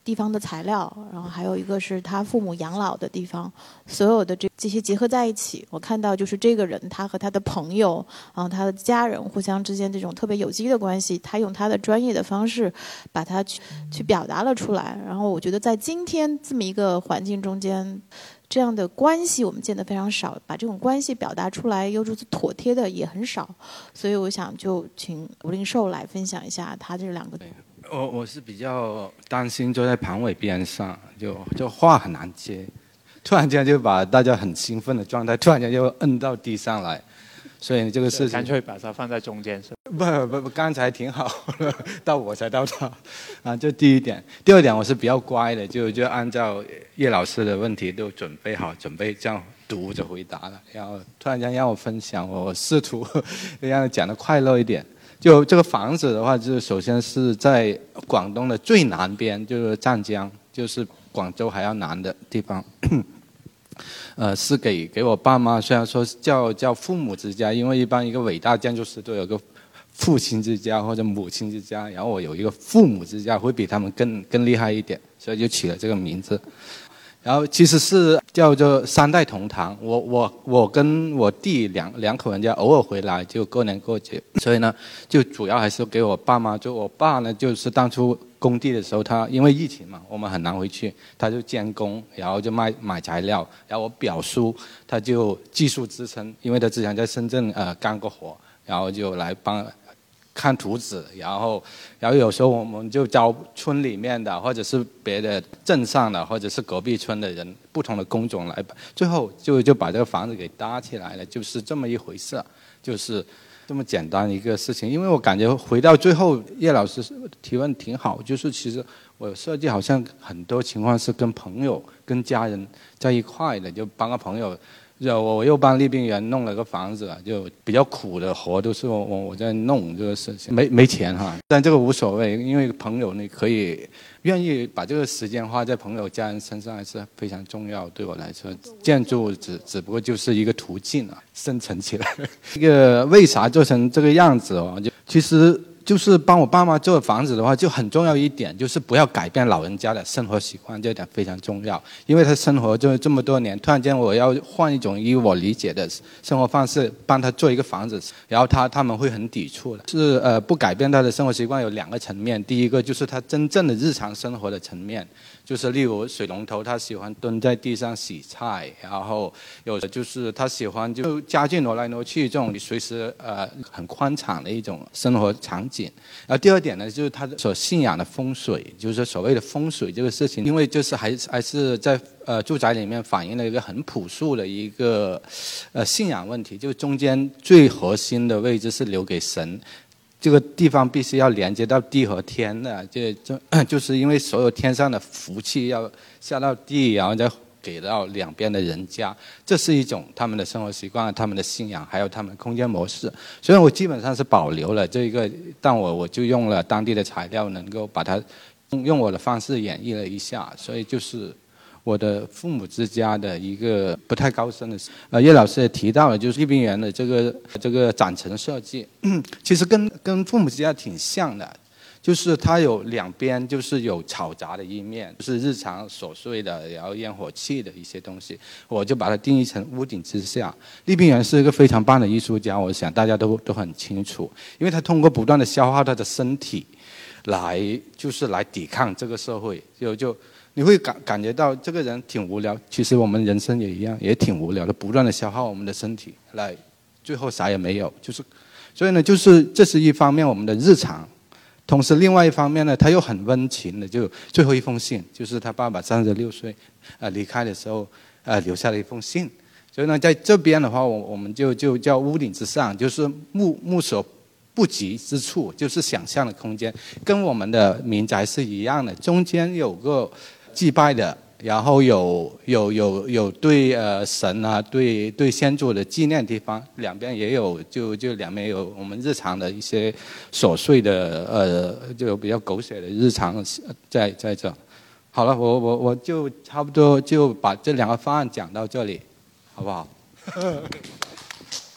C: 地方的材料，然后还有一个是他父母养老的地方，所有的这这些结合在一起，我看到就是这个人他和他的朋友，然后他的家人互相之间这种特别有机的关系，他用他的专业的方式把它去去表达了出来。然后我觉得在今天这么一个环境中间，这样的关系我们见得非常少，把这种关系表达出来又如此妥帖的也很少，所以我想就请吴令寿来分享一下他这两个。
D: 我我是比较担心坐在旁委边上，就就话很难接，突然间就把大家很兴奋的状态突然间就摁到地上来，所以这个事情
A: 干脆把它放在中间是
D: 不不不，刚才挺好了，到我才到他啊，这第一点。第二点，我是比较乖的，就就按照叶老师的问题都准备好，准备这样读着回答了。然后突然间让我分享，我试图让他讲得快乐一点。就这个房子的话，就是首先是在广东的最南边，就是湛江，就是广州还要南的地方。呃，是给给我爸妈，虽然说叫叫父母之家，因为一般一个伟大建筑师都有个父亲之家或者母亲之家，然后我有一个父母之家，会比他们更更厉害一点，所以就起了这个名字。然后其实是叫做三代同堂，我我我跟我弟两两口人家偶尔回来就过年过节，所以呢就主要还是给我爸妈。就我爸呢，就是当初工地的时候，他因为疫情嘛，我们很难回去，他就监工，然后就卖买材料。然后我表叔他就技术支撑，因为他之前在深圳呃干过活，然后就来帮看图纸，然后，然后有时候我们就招村里面的，或者是别的镇上的，或者是隔壁村的人，不同的工种来，最后就就把这个房子给搭起来了，就是这么一回事，就是这么简单一个事情。因为我感觉回到最后，叶老师提问挺好，就是其实我设计好像很多情况是跟朋友、跟家人在一块的，就帮个朋友。我又帮利宾园弄了个房子，就比较苦的活都是我我我在弄这个事情，没没钱哈，但这个无所谓，因为朋友你可以愿意把这个时间花在朋友家人身上，还是非常重要。对我来说，建筑只只不过就是一个途径啊，生成起来。这个为啥做成这个样子哦？就其实。就是帮我爸妈做房子的话，就很重要一点，就是不要改变老人家的生活习惯，这一点非常重要。因为他生活就这么多年，突然间我要换一种以我理解的生活方式，帮他做一个房子，然后他他们会很抵触的。是呃，不改变他的生活习惯有两个层面，第一个就是他真正的日常生活的层面。就是例如水龙头，他喜欢蹲在地上洗菜，然后有的就是他喜欢就家具挪来挪去，这种随时呃很宽敞的一种生活场景。然后第二点呢，就是他所信仰的风水，就是所谓的风水这个事情，因为就是还还是在呃住宅里面反映了一个很朴素的一个呃信仰问题，就中间最核心的位置是留给神。这个地方必须要连接到地和天的，就就就是因为所有天上的福气要下到地，然后再给到两边的人家，这是一种他们的生活习惯、他们的信仰，还有他们的空间模式。所以我基本上是保留了这个，但我我就用了当地的材料，能够把它用我的方式演绎了一下，所以就是。我的父母之家的一个不太高深的，呃，叶老师也提到了，就是利宾园的这个这个展陈设计，其实跟跟父母之家挺像的，就是它有两边就是有嘈杂的一面，就是日常琐碎的，然后烟火气的一些东西，我就把它定义成屋顶之下。利宾园是一个非常棒的艺术家，我想大家都都很清楚，因为他通过不断的消耗他的身体，来就是来抵抗这个社会，就就。你会感感觉到这个人挺无聊，其实我们人生也一样，也挺无聊的，不断的消耗我们的身体，来最后啥也没有，就是，所以呢，就是这是一方面我们的日常，同时另外一方面呢，他又很温情的，就最后一封信，就是他爸爸三十六岁，呃离开的时候，呃留下了一封信，所以呢，在这边的话，我我们就就叫屋顶之上，就是目目所不及之处，就是想象的空间，跟我们的民宅是一样的，中间有个。祭拜的，然后有有有有对呃神啊，对对先祖的纪念地方，两边也有，就就两边有我们日常的一些琐碎的呃，就比较狗血的日常在在这。好了，我我我就差不多就把这两个方案讲到这里，好不好？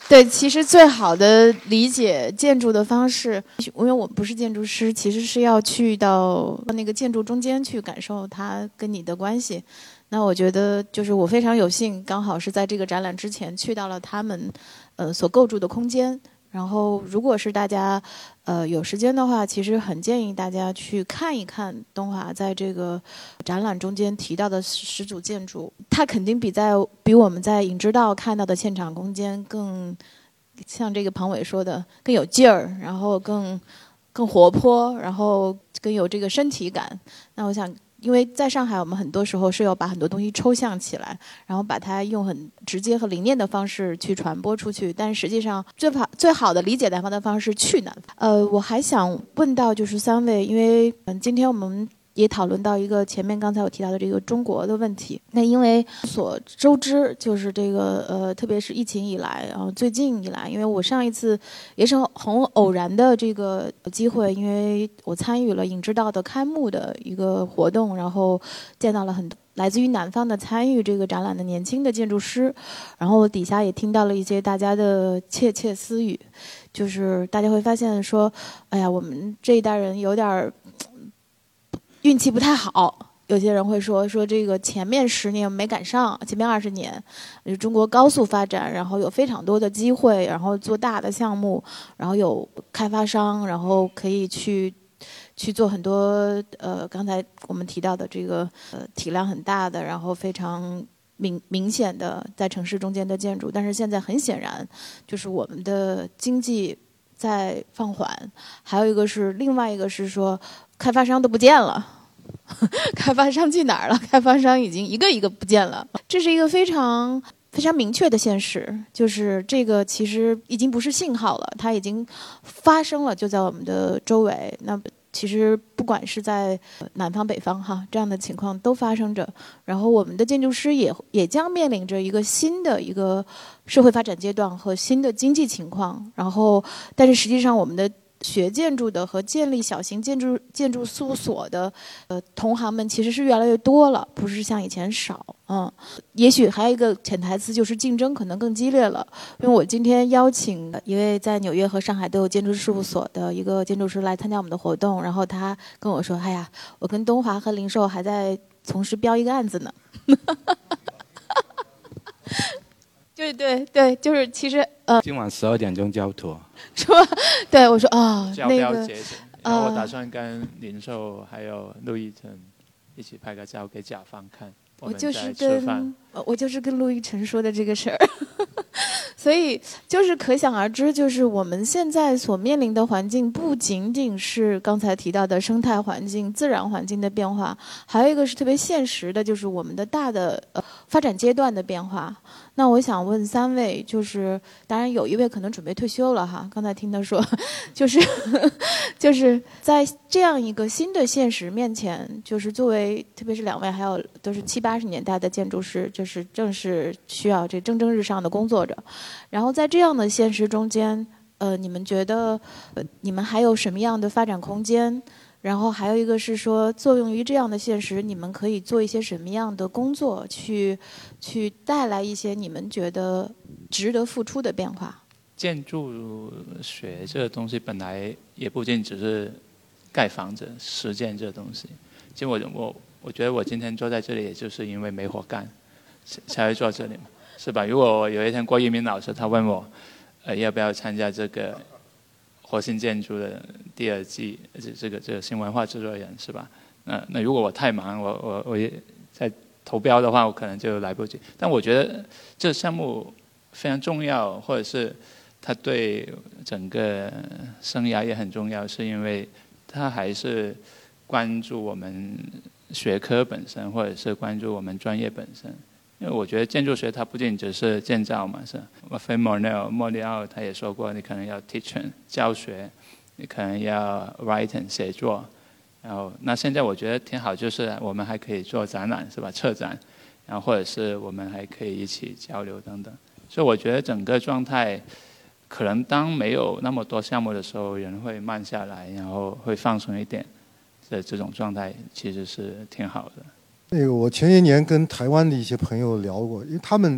C: 对，其实最好的理解建筑的方式，因为我不是建筑师，其实是要去到那个建筑中间去感受它跟你的关系。那我觉得就是我非常有幸，刚好是在这个展览之前去到了他们呃所构筑的空间。然后，如果是大家呃有时间的话，其实很建议大家去看一看东华在这个展览中间提到的十组建筑，它肯定比在比我们在影之道看到的现场空间更像这个庞伟说的更有劲儿，然后更更活泼，然后更有这个身体感。那我想。因为在上海，我们很多时候是要把很多东西抽象起来，然后把它用很直接和凝练的方式去传播出去。但实际上，最好最好的理解南方的方式去南方。呃，我还想问到就是三位，因为嗯，今天我们也讨论到一个前面刚才我提到的这个中国的问题。那因为所周知，就是这个呃，特别是疫情以来，然后最近以来，因为我上一次也是很偶然的这个机会，因为我参与了影之道的开幕的一个活动，然后见到了很多来自于南方的参与这个展览的年轻的建筑师，然后底下也听到了一些大家的窃窃私语，就是大家会发现说，哎呀，我们这一代人有点运气不太好，有些人会说说这个前面十年没赶上，前面二十年，中国高速发展，然后有非常多的机会，然后做大的项目，然后有开发商，然后可以去去做很多呃刚才我们提到的这个呃体量很大的，然后非常明明显的在城市中间的建筑。但是现在很显然，就是我们的经济在放缓，还有一个是另外一个是说开发商都不见了。开发商去哪儿了？开发商已经一个一个不见了，这是一个非常非常明确的现实，就是这个其实已经不是信号了，它已经发生了，就在我们的周围。那其实不管是在南方北方哈，这样的情况都发生着。然后我们的建筑师也也将面临着一个新的一个社会发展阶段和新的经济情况。然后，但是实际上我们的学建筑的和建立小型建筑建筑事务所的呃同行们其实是越来越多了，不是像以前少。嗯，也许还有一个潜台词就是竞争可能更激烈了。因为我今天邀请一位在纽约和上海都有建筑事务所的一个建筑师来参加我们的活动，然后他跟我说：“哎呀，我跟东华和零售还在从事标一个案子呢。”对对对，就是其实呃，
D: 今晚十二点钟交图，
C: 是吧？对，我说哦，
A: 交
C: 那个
A: 标截止，然后我打算跟零售还有陆亦辰一起拍个照给甲方看。
C: 我就是跟我就是跟陆亦辰说的这个事儿，所以就是可想而知，就是我们现在所面临的环境不仅仅是刚才提到的生态环境、自然环境的变化，还有一个是特别现实的，就是我们的大的呃发展阶段的变化。那我想问三位，就是当然有一位可能准备退休了哈，刚才听他说，就是就是在这样一个新的现实面前，就是作为特别是两位还有都是七八十年代的建筑师，就是正是需要这蒸蒸日上的工作者，然后在这样的现实中间，呃，你们觉得呃你们还有什么样的发展空间？然后还有一个是说，作用于这样的现实，你们可以做一些什么样的工作，去去带来一些你们觉得值得付出的变化？
A: 建筑学这个东西本来也不仅只是盖房子、实践这个东西。其实我我我觉得我今天坐在这里，也就是因为没活干，才会坐这里嘛，是吧？如果有一天郭一鸣老师他问我，呃，要不要参加这个活性建筑的第二季，这这个这个新文化制作人是吧？那那如果我太忙，我我我也在投标的话，我可能就来不及。但我觉得这个项目非常重要，或者是它对整个生涯也很重要，是因为它还是关注我们学科本身，或者是关注我们专业本身。因为我觉得建筑学它不仅只是建造嘛，是马菲莫内尔莫里奥他也说过，你可能要 teaching 教学，你可能要 writing 写作，然后那现在我觉得挺好，就是我们还可以做展览是吧，策展，然后或者是我们还可以一起交流等等，所以我觉得整个状态可能当没有那么多项目的时候，人会慢下来，然后会放松一点的这种状态其实是挺好的。
B: 那个我前些年跟台湾的一些朋友聊过，因为他们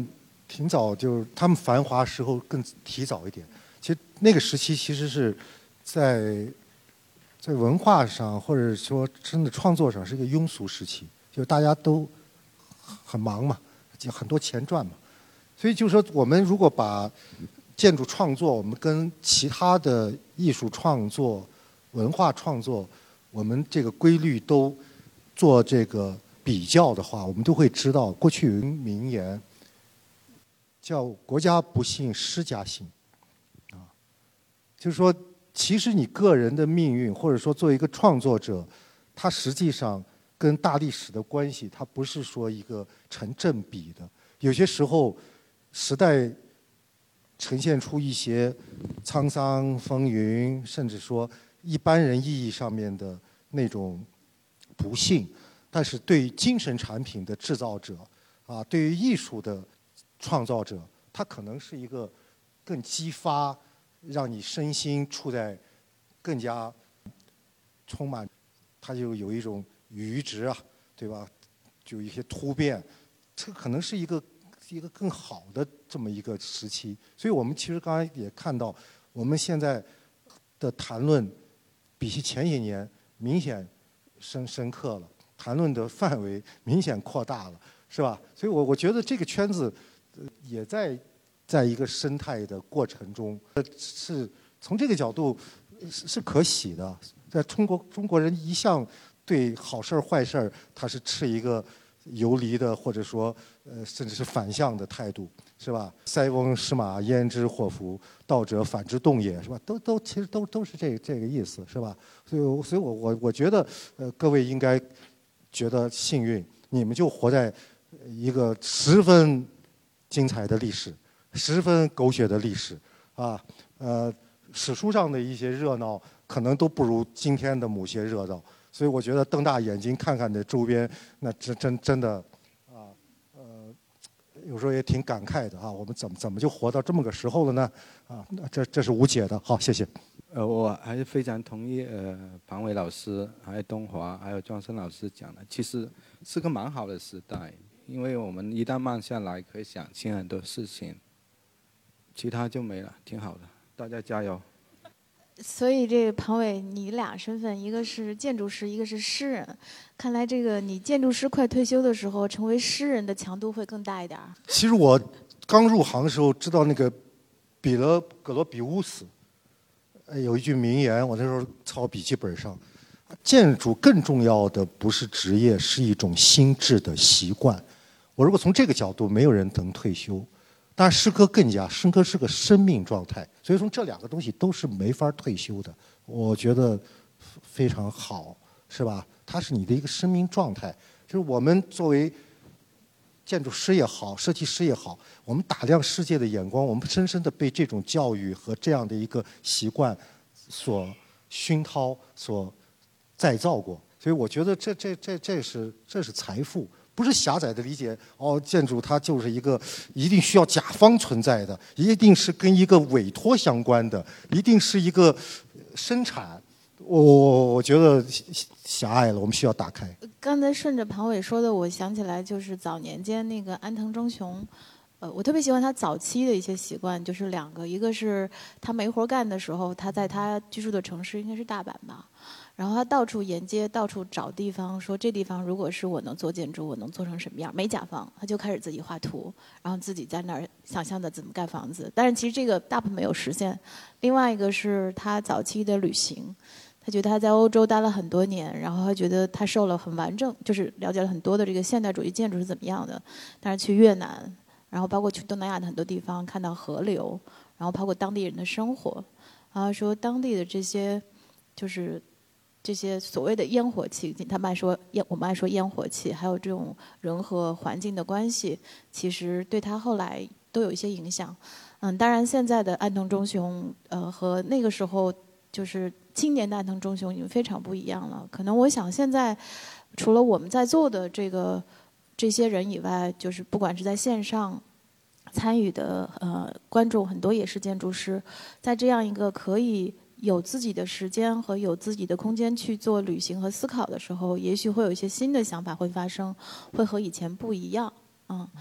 B: 挺早，就是他们繁华时候更提早一点。其实那个时期其实是在在文化上或者说真的创作上是一个庸俗时期，就是大家都很忙嘛，就很多钱赚嘛。所以就是说，我们如果把建筑创作我们跟其他的艺术创作、文化创作，我们这个规律都做这个比较的话，我们都会知道，过去有一名言叫“国家不幸，诗家幸”，啊，就是说，其实你个人的命运，或者说作为一个创作者，它实际上跟大历史的关系，它不是说一个成正比的。有些时候，时代呈现出一些沧桑风云，甚至说一般人意义上面的那种不幸，但是对于精神产品的制造者啊，对于艺术的创造者，他可能是一个更激发，让你身心处在更加充满，他就有一种余直啊，对吧？就一些突变，这可能是一个一个更好的这么一个时期。所以我们其实刚才也看到，我们现在的谈论比起前些年明显深深刻了，谈论的范围明显扩大了，是吧？所以我我觉得这个圈子也在在一个生态的过程中，是从这个角度是是可喜的。在中国，中国人一向对好事儿坏事儿，他是持一个游离的，或者说呃甚至是反向的态度，是吧？塞翁失马焉知祸福，道者反之动也，是吧？都都其实都都是这这个意思，是吧？所以所以我我我觉得呃各位应该觉得幸运，你们就活在一个十分精彩的历史，十分狗血的历史啊，呃，史书上的一些热闹可能都不如今天的某些热闹，所以我觉得瞪大眼睛看看这周边，那真真真的啊，呃，有时候也挺感慨的啊，我们怎么怎么就活到这么个时候了呢？啊，这这是无解的。好，谢谢。
D: 呃，我还是非常同意呃庞伟老师、还有东华、还有庄生老师讲的，其实是个蛮好的时代，因为我们一旦慢下来，可以想清很多事情，其他就没了，挺好的，大家加油。
C: 所以这个庞伟，你俩身份，一个是建筑师，一个是诗人。看来这个你建筑师快退休的时候，成为诗人的强度会更大一点。
B: 其实我刚入行的时候知道那个彼得·葛罗比乌斯有一句名言，我那时候抄笔记本上：建筑更重要的不是职业，是一种心智的习惯。我如果从这个角度，没有人能退休。当然，诗歌更加，诗歌是个生命状态，所以从这两个东西都是没法退休的。我觉得非常好，是吧？它是你的一个生命状态。就是我们作为建筑师也好，设计师也好，我们打量世界的眼光，我们深深的被这种教育和这样的一个习惯所熏陶、所再造过。所以我觉得这这这这是这是财富。不是狭窄的理解哦，建筑它就是一个一定需要甲方存在的，一定是跟一个委托相关的，一定是一个生产。我我我觉得狭隘了，我们需要打开。
C: 刚才顺着庞伟说的，我想起来就是早年间那个安藤忠雄，呃，我特别喜欢他早期的一些习惯，就是两个，一个是他没活干的时候，他在他居住的城市应该是大阪吧。然后他到处沿街，到处找地方，说这地方如果是我能做建筑，我能做成什么样？没甲方，他就开始自己画图，然后自己在那儿想象的怎么盖房子。但是其实这个大部分没有实现。另外一个是他早期的旅行，他觉得他在欧洲待了很多年，然后他觉得他受了很完整，就是了解了很多的这个现代主义建筑是怎么样的。但是去越南，然后包括去东南亚的很多地方，看到河流，然后包括当地人的生活，然后说当地的这些就是。这些所谓的烟火气，他们爱说烟，我们爱说烟火气，还有这种人和环境的关系，其实对他后来都有一些影响。嗯，当然现在的安藤忠雄，呃，和那个时候就是青年的安藤忠雄已经非常不一样了。可能我想现在除了我们在座的这个这些人以外，就是不管是在线上参与的呃观众，很多也是建筑师，在这样一个可以。有自己的时间和有自己的空间去做旅行和思考的时候，也许会有一些新的想法会发生，会和以前不一样。嗯，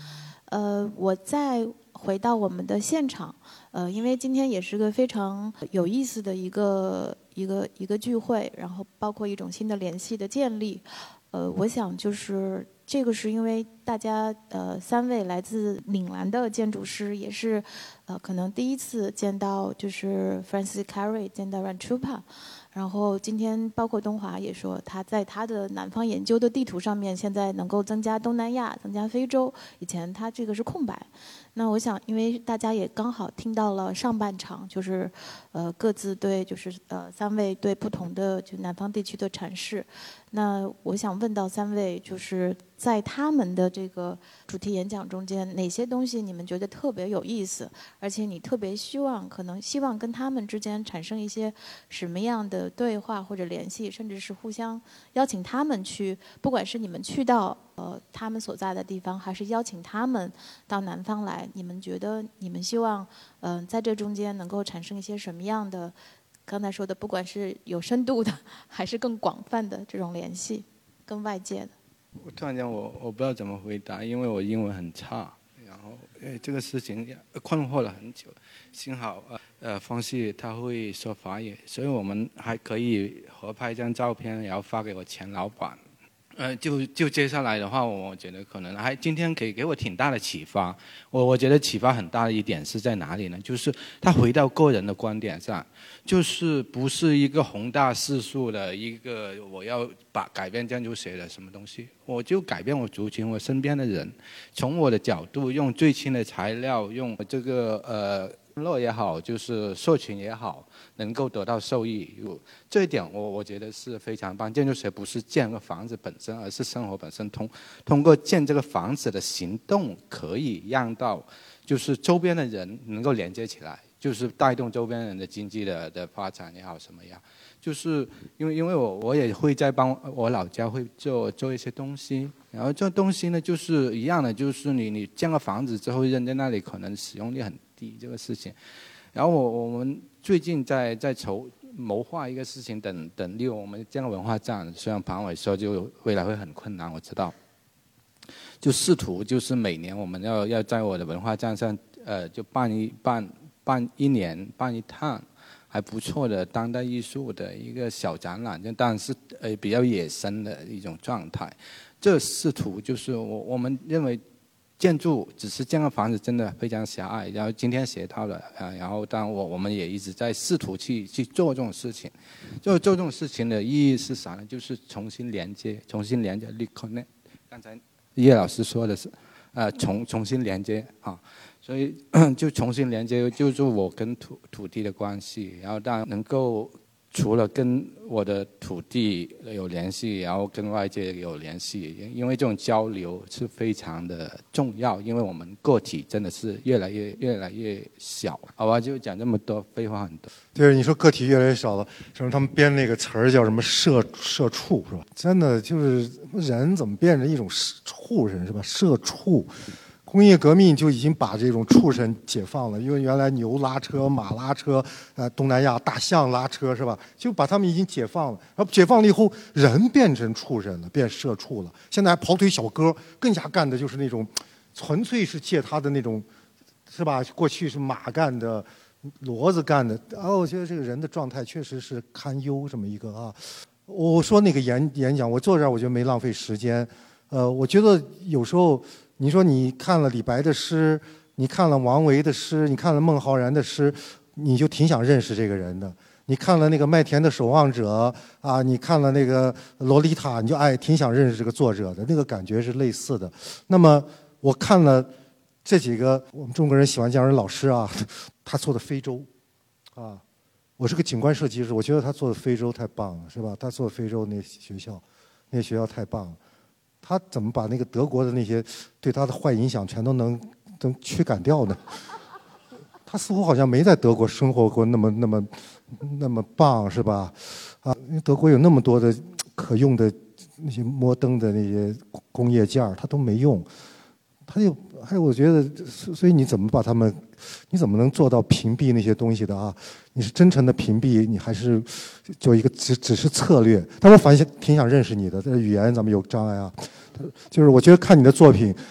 C: 呃，我再回到我们的现场，呃，因为今天也是个非常有意思的一个一个一个聚会，然后包括一种新的联系的建立，呃，我想就是这个是因为大家呃三位来自岭南的建筑师，也是呃可能第一次见到就是 Francis Carey 见到 Ranchupa。然后今天包括东华也说，他在他的南方研究的地图上面，现在能够增加东南亚、增加非洲，以前他这个是空白。那我想，因为大家也刚好听到了上半场，就是呃各自对就是呃三位对不同的就南方地区的阐释。那我想问到三位，就是在他们的这个主题演讲中间，哪些东西你们觉得特别有意思，而且你特别希望可能希望跟他们之间产生一些什么样的对话或者联系，甚至是互相邀请他们去，不管是你们去到呃他们所在的地方，还是邀请他们到南方来，你们觉得你们希望嗯、呃、在这中间能够产生一些什么样的？刚才说的，不管是有深度的，还是更广泛的这种联系，跟外界的。
D: 我突然间我我不知道怎么回答，因为我英文很差，然后呃这个事情困惑了很久。幸好呃呃方旭他会说法语，所以我们还可以合拍一张照片，然后发给我前老板。呃，就就接下来的话，我觉得可能还今天给给我挺大的启发。我我觉得启发很大的一点是在哪里呢？就是他回到个人的观点上，就是不是一个宏大世俗的一个我要把改变建筑学的什么东西，我就改变我族群，我身边的人，从我的角度用最轻的材料，用这个呃。乐也好，就是社群也好，能够得到受益，这一点我我觉得是非常棒。建筑学不是建个房子本身，而是生活本身。通通过建这个房子的行动，可以让到就是周边的人能够连接起来，就是带动周边人的经济的的发展也好，什么样。就是因为因为我我也会在帮我老家会做做一些东西，然后这东西呢就是一样的，就是你你建个房子之后扔在那里，可能使用率很低这个事情。然后我我们最近在在筹谋划一个事情，等等例如我们建个文化站，虽然庞伟说就未来会很困难，我知道，就试图就是每年我们要要在我的文化站上呃就办一办办一年办一趟。还不错的当代艺术的一个小展览，就当然是呃比较野生的一种状态。这试图就是我我们认为建筑只是建个房子真的非常狭隘，然后今天学到了啊，然后当然我我们也一直在试图去去做这种事情。做做这种事情的意义是啥呢？就是重新连接，重新连接 reconnect。刚才叶老师说的是，呃重重新连接啊。所以就重新连接，就是我跟土土地的关系，然后当然能够除了跟我的土地有联系，然后跟外界有联系，因为这种交流是非常的重要，因为我们个体真的是越来越越来越小。好吧，就讲这么多，废话很多。
B: 对，你说个体越来越少了，什么他们编那个词儿叫什么社社畜是吧？真的就是人怎么变成一种畜生是吧？社畜。工业革命就已经把这种畜生解放了，因为原来牛拉车、马拉车，呃，东南亚大象拉车是吧？就把他们已经解放了。然后解放了以后，人变成畜生了，变社畜了。现在还跑腿小哥，更加干的就是那种，纯粹是借他的那种，是吧？过去是马干的，骡子干的。哦，我觉得这个人的状态确实是堪忧这么一个啊。我说那个演演讲，我坐这儿我觉得没浪费时间。呃，我觉得有时候。你说你看了李白的诗，你看了王维的诗，你看了孟浩然的诗，你就挺想认识这个人的。你看了那个《麦田的守望者》啊，你看了那个《洛丽塔》，你就哎挺想认识这个作者的，那个感觉是类似的。那么我看了这几个我们中国人喜欢叫人老师啊，他做的非洲啊，我是个景观设计师，我觉得他做的非洲太棒了，是吧？他做的非洲那学校，那学校太棒了。他怎么把那个德国的那些对他的坏影响全都能能驱赶掉呢？他似乎好像没在德国生活过那么那么那么棒，是吧？啊，因为德国有那么多的可用的那些摩登的那些工业件儿，他都没用。他就还有，我觉得，所以你怎么把他们，你怎么能做到屏蔽那些东西的啊？你是真诚的屏蔽，你还是就一个只只是策略？但我反正挺想认识你的，但是语言咱们有障碍啊。就是我觉得看你的作品，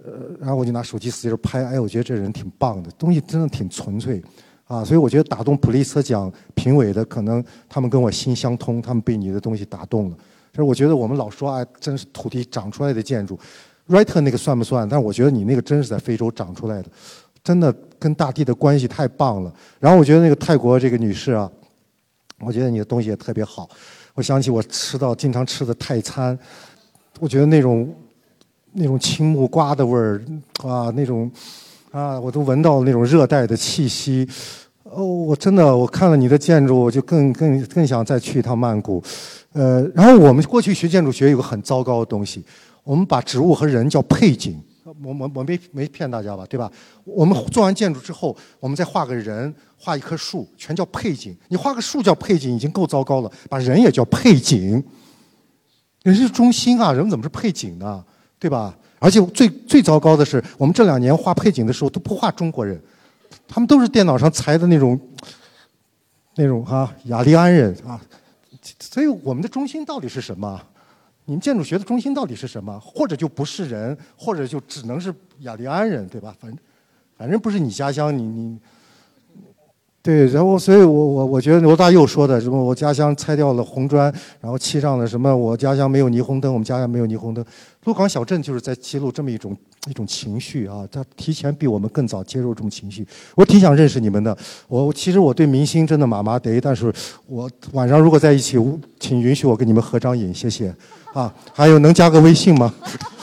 B: 呃，然后我就拿手机使劲拍，哎，我觉得这人挺棒的，东西真的挺纯粹，啊，所以我觉得打动普利策奖评委的，可能他们跟我心相通，他们被你的东西打动了。所以我觉得我们老说，哎，真是土地长出来的建筑 ，Writer 那个算不算？但是我觉得你那个真是在非洲长出来的，真的跟大地的关系太棒了。然后我觉得那个泰国这个女士啊，我觉得你的东西也特别好。我想起我吃到经常吃的泰餐，我觉得那种。那种青木瓜的味儿啊，那种啊，我都闻到那种热带的气息。哦，我真的，我看了你的建筑，我就更更更想再去一趟曼谷。呃，然后我们过去学建筑学有个很糟糕的东西，我们把植物和人叫配景。我我我没没骗大家吧，对吧？我们做完建筑之后，我们再画个人，画一棵树，全叫配景。你画个树叫配景已经够糟糕了，把人也叫配景。人是中心啊，人怎么是配景呢？对吧？而且最最糟糕的是，我们这两年画配景的时候都不画中国人，他们都是电脑上裁的那种，那种啊雅利安人啊。所以我们的中心到底是什么？你们建筑学的中心到底是什么？或者就不是人，或者就只能是雅利安人，对吧？反正反正不是你家乡，你你。对，然后所以我我我觉得罗大佑说的什么我家乡拆掉了红砖，然后漆上了什么我家乡没有霓虹灯，我们家乡没有霓虹灯。鹿港小镇就是在记录这么一种一种情绪啊，他提前比我们更早接受这种情绪。我挺想认识你们的，我其实我对明星真的麻麻得，但是我晚上如果在一起，请允许我跟你们合张影，谢谢。啊，还有能加个微信吗？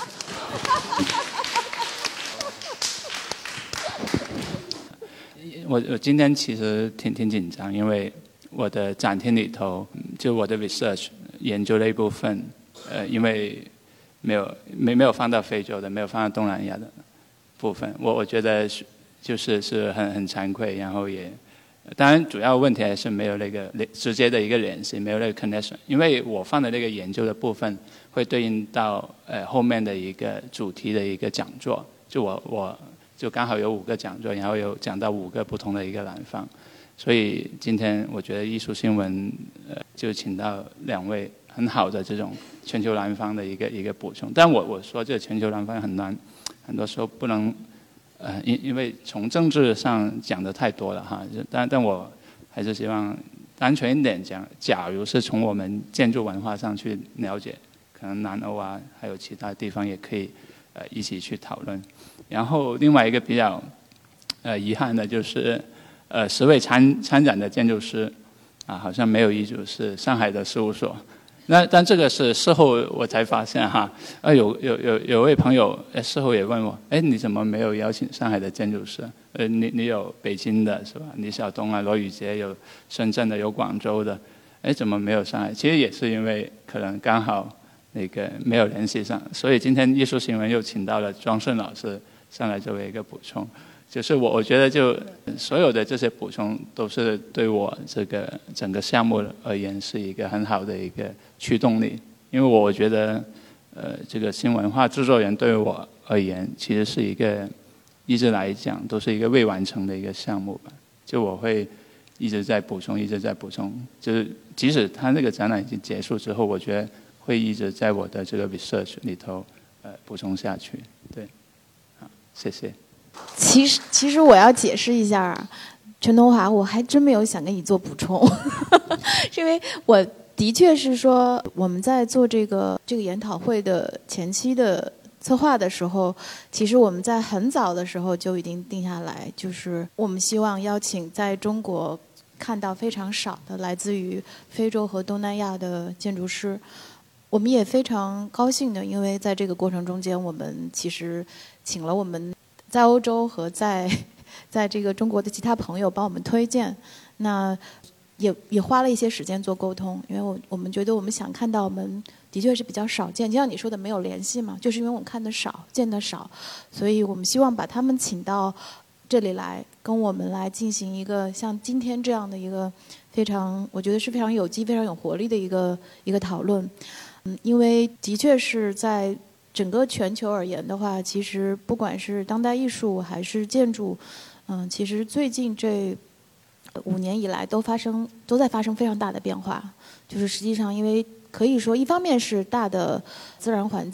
A: 我我今天其实挺挺紧张，因为我的展厅里头就我的 research 研究的一部分，呃，因为没有没没有放到非洲的，没有放到东南亚的部分，我我觉得是就是是很很惭愧，然后也当然主要问题还是没有那个直接的一个联系，没有那个 connection， 因为我放的那个研究的部分会对应到呃后面的一个主题的一个讲座，就我我。就刚好有五个讲座，然后有讲到五个不同的一个栏方，所以今天我觉得艺术新闻呃就请到两位很好的这种全球栏方的一个一个补充。但我我说这个全球栏方很难，很多时候不能呃因因为从政治上讲的太多了哈，但但我还是希望单纯一点讲，假如是从我们建筑文化上去了解，可能南欧啊还有其他地方也可以呃一起去讨论。然后另外一个比较呃遗憾的就是，呃十位参参展的建筑师啊，好像没有一组是上海的事务所。那但这个是事后我才发现哈，啊有有有有位朋友事后也问我，哎你怎么没有邀请上海的建筑师？呃你你有北京的是吧？李晓东啊、罗宇杰，有深圳的，有广州的，哎怎么没有上海？其实也是因为可能刚好那个没有联系上，所以今天艺术新闻又请到了庄顺老师上来作为一个补充，就是我我觉得就所有的这些补充都是对我这个整个项目而言是一个很好的一个驱动力，因为我觉得呃这个新文化制作人对我而言其实是一个一直来讲都是一个未完成的一个项目吧，就我会一直在补充一直在补充，就是即使他那个展览已经结束之后，我觉得会一直在我的这个 research 里头呃补充下去，对。谢谢。
C: 其实，其实我要解释一下，陈东华，我还真没有想跟你做补充，是因为我的确是说，我们在做这个这个研讨会的前期的策划的时候，其实我们在很早的时候就已经定下来，就是我们希望邀请在中国看到非常少的来自于非洲和东南亚的建筑师。我们也非常高兴的，因为在这个过程中间，我们其实请了我们在欧洲和在在这个中国的其他朋友帮我们推荐，那也也花了一些时间做沟通，因为我我们觉得我们想看到我们的确是比较少见，就像你说的没有联系嘛，就是因为我们看得少，见得少，所以我们希望把他们请到这里来，跟我们来进行一个像今天这样的一个非常，我觉得是非常有机、非常有活力的一个一个讨论。嗯，因为的确是在整个全球而言的话，其实不管是当代艺术还是建筑，嗯，其实最近这五年以来都发生都在发生非常大的变化。就是实际上，因为可以说，一方面是大的自然环境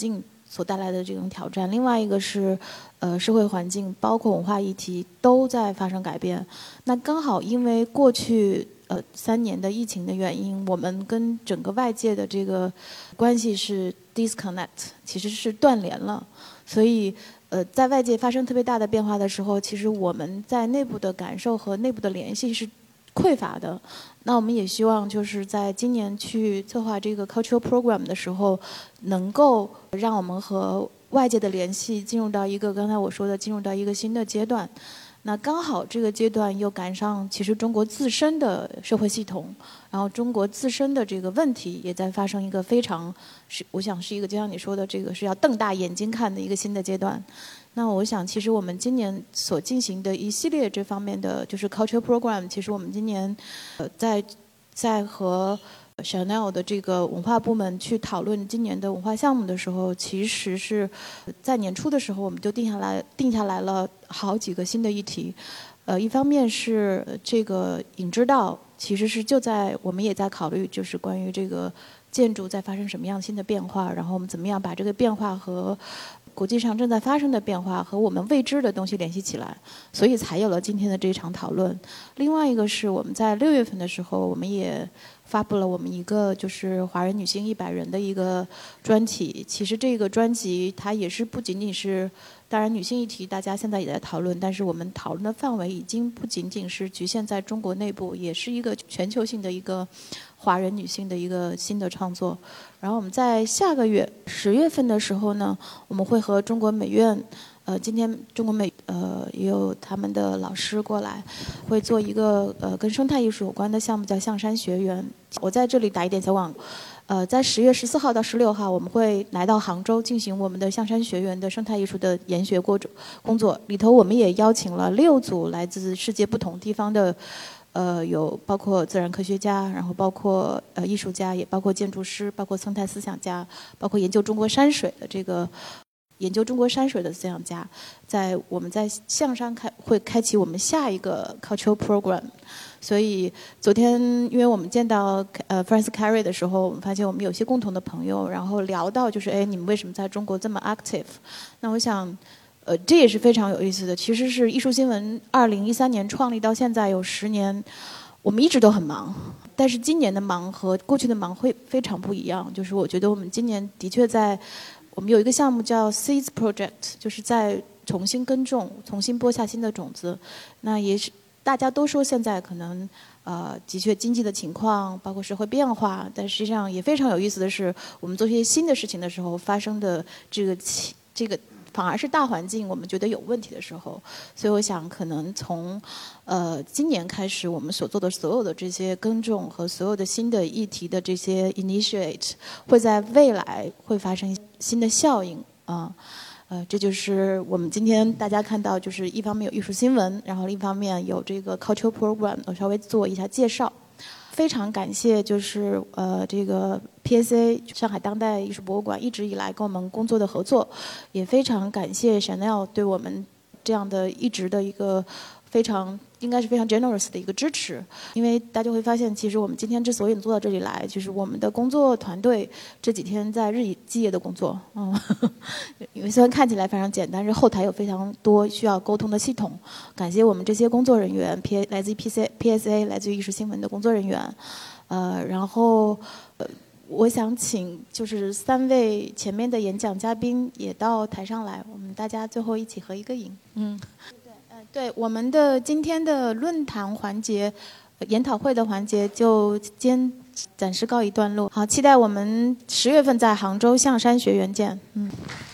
C: 所带来的这种挑战，另外一个是，呃，社会环境包括文化议题都在发生改变。那刚好因为过去呃三年的疫情的原因，我们跟整个外界的这个关系是 disconnect， 其实是断联了。所以，呃，在外界发生特别大的变化的时候，其实我们在内部的感受和内部的联系是匮乏的。那我们也希望就是在今年去策划这个 cultural program 的时候，能够让我们和外界的联系进入到一个刚才我说的进入到一个新的阶段。那刚好这个阶段又赶上其实中国自身的社会系统，然后中国自身的这个问题也在发生一个非常是我想是一个就像你说的这个是要瞪大眼睛看的一个新的阶段。那我想，其实我们今年所进行的一系列这方面的就是 culture program， 其实我们今年呃在在和 Chanel 的这个文化部门去讨论今年的文化项目的时候，其实是在年初的时候我们就定下来定下来了好几个新的议题。呃，一方面是这个影之道，其实是就在我们也在考虑，就是关于这个建筑在发生什么样新的变化，然后我们怎么样把这个变化和国际上正在发生的变化和我们未知的东西联系起来，所以才有了今天的这一场讨论。另外一个是我们在六月份的时候，我们也发布了我们一个就是华人女性一百人的一个专题。其实这个专辑它也是不仅仅是，当然女性议题大家现在也在讨论，但是我们讨论的范围已经不仅仅是局限在中国内部，也是一个全球性的一个华人女性的一个新的创作。然后我们在下个月十月份的时候呢，我们会和中国美院，呃，今天中国美呃也有他们的老师过来，会做一个呃跟生态艺术有关的项目，叫象山学园。我在这里打一点小广告。呃，在十月十四号到十六号，我们会来到杭州进行我们的象山学园的生态艺术的研学过工作。里头我们也邀请了六组来自世界不同地方的，呃，有包括自然科学家，然后包括呃艺术家，也包括建筑师，包括生态思想家，包括研究中国山水的这个研究中国山水的思想家，在我们在象山开会开启我们下一个 cultural program。所以昨天，因为我们见到呃 Francis Carey 的时候，我们发现我们有些共同的朋友，然后聊到就是，哎，你们为什么在中国这么 active？ 那我想，呃，这也是非常有意思的。其实是艺术新闻二零一三年创立到现在有十年，我们一直都很忙，但是今年的忙和过去的忙会非常不一样。就是我觉得我们今年的确在，我们有一个项目叫 Seeds Project， 就是在重新耕种、重新播下新的种子。那也是。大家都说现在可能呃的确经济的情况包括社会变化，但实际上也非常有意思的是，我们做些新的事情的时候发生的这个这个反而是大环境我们觉得有问题的时候。所以我想可能从呃今年开始，我们所做的所有的这些耕种和所有的新的议题的这些 initiate 会在未来会发生新的效应啊。呃，这就是我们今天大家看到，就是一方面有艺术新闻，然后另一方面有这个 cultural program， 我稍微做一下介绍。非常感谢，就是呃这个 P S A 上海当代艺术博物馆一直以来跟我们工作的合作，也非常感谢 Chanel 对我们这样的一直的一个非常应该是非常 generous 的一个支持。因为大家会发现，其实我们今天之所以能做到这里来，就是我们的工作团队这几天在日以继夜的工作。嗯，因为虽然看起来非常简单，是后台有非常多需要沟通的系统。感谢我们这些工作人员 ，P 来自于 P C P S A 来自于艺术新闻的工作人员。呃，然后呃，我想请就是三位前面的演讲嘉宾也到台上来，我们大家最后一起合一个影。嗯。对，我们的今天的论坛环节、研讨会的环节就先暂时告一段落。好，期待我们十月份在杭州象山学园见。嗯。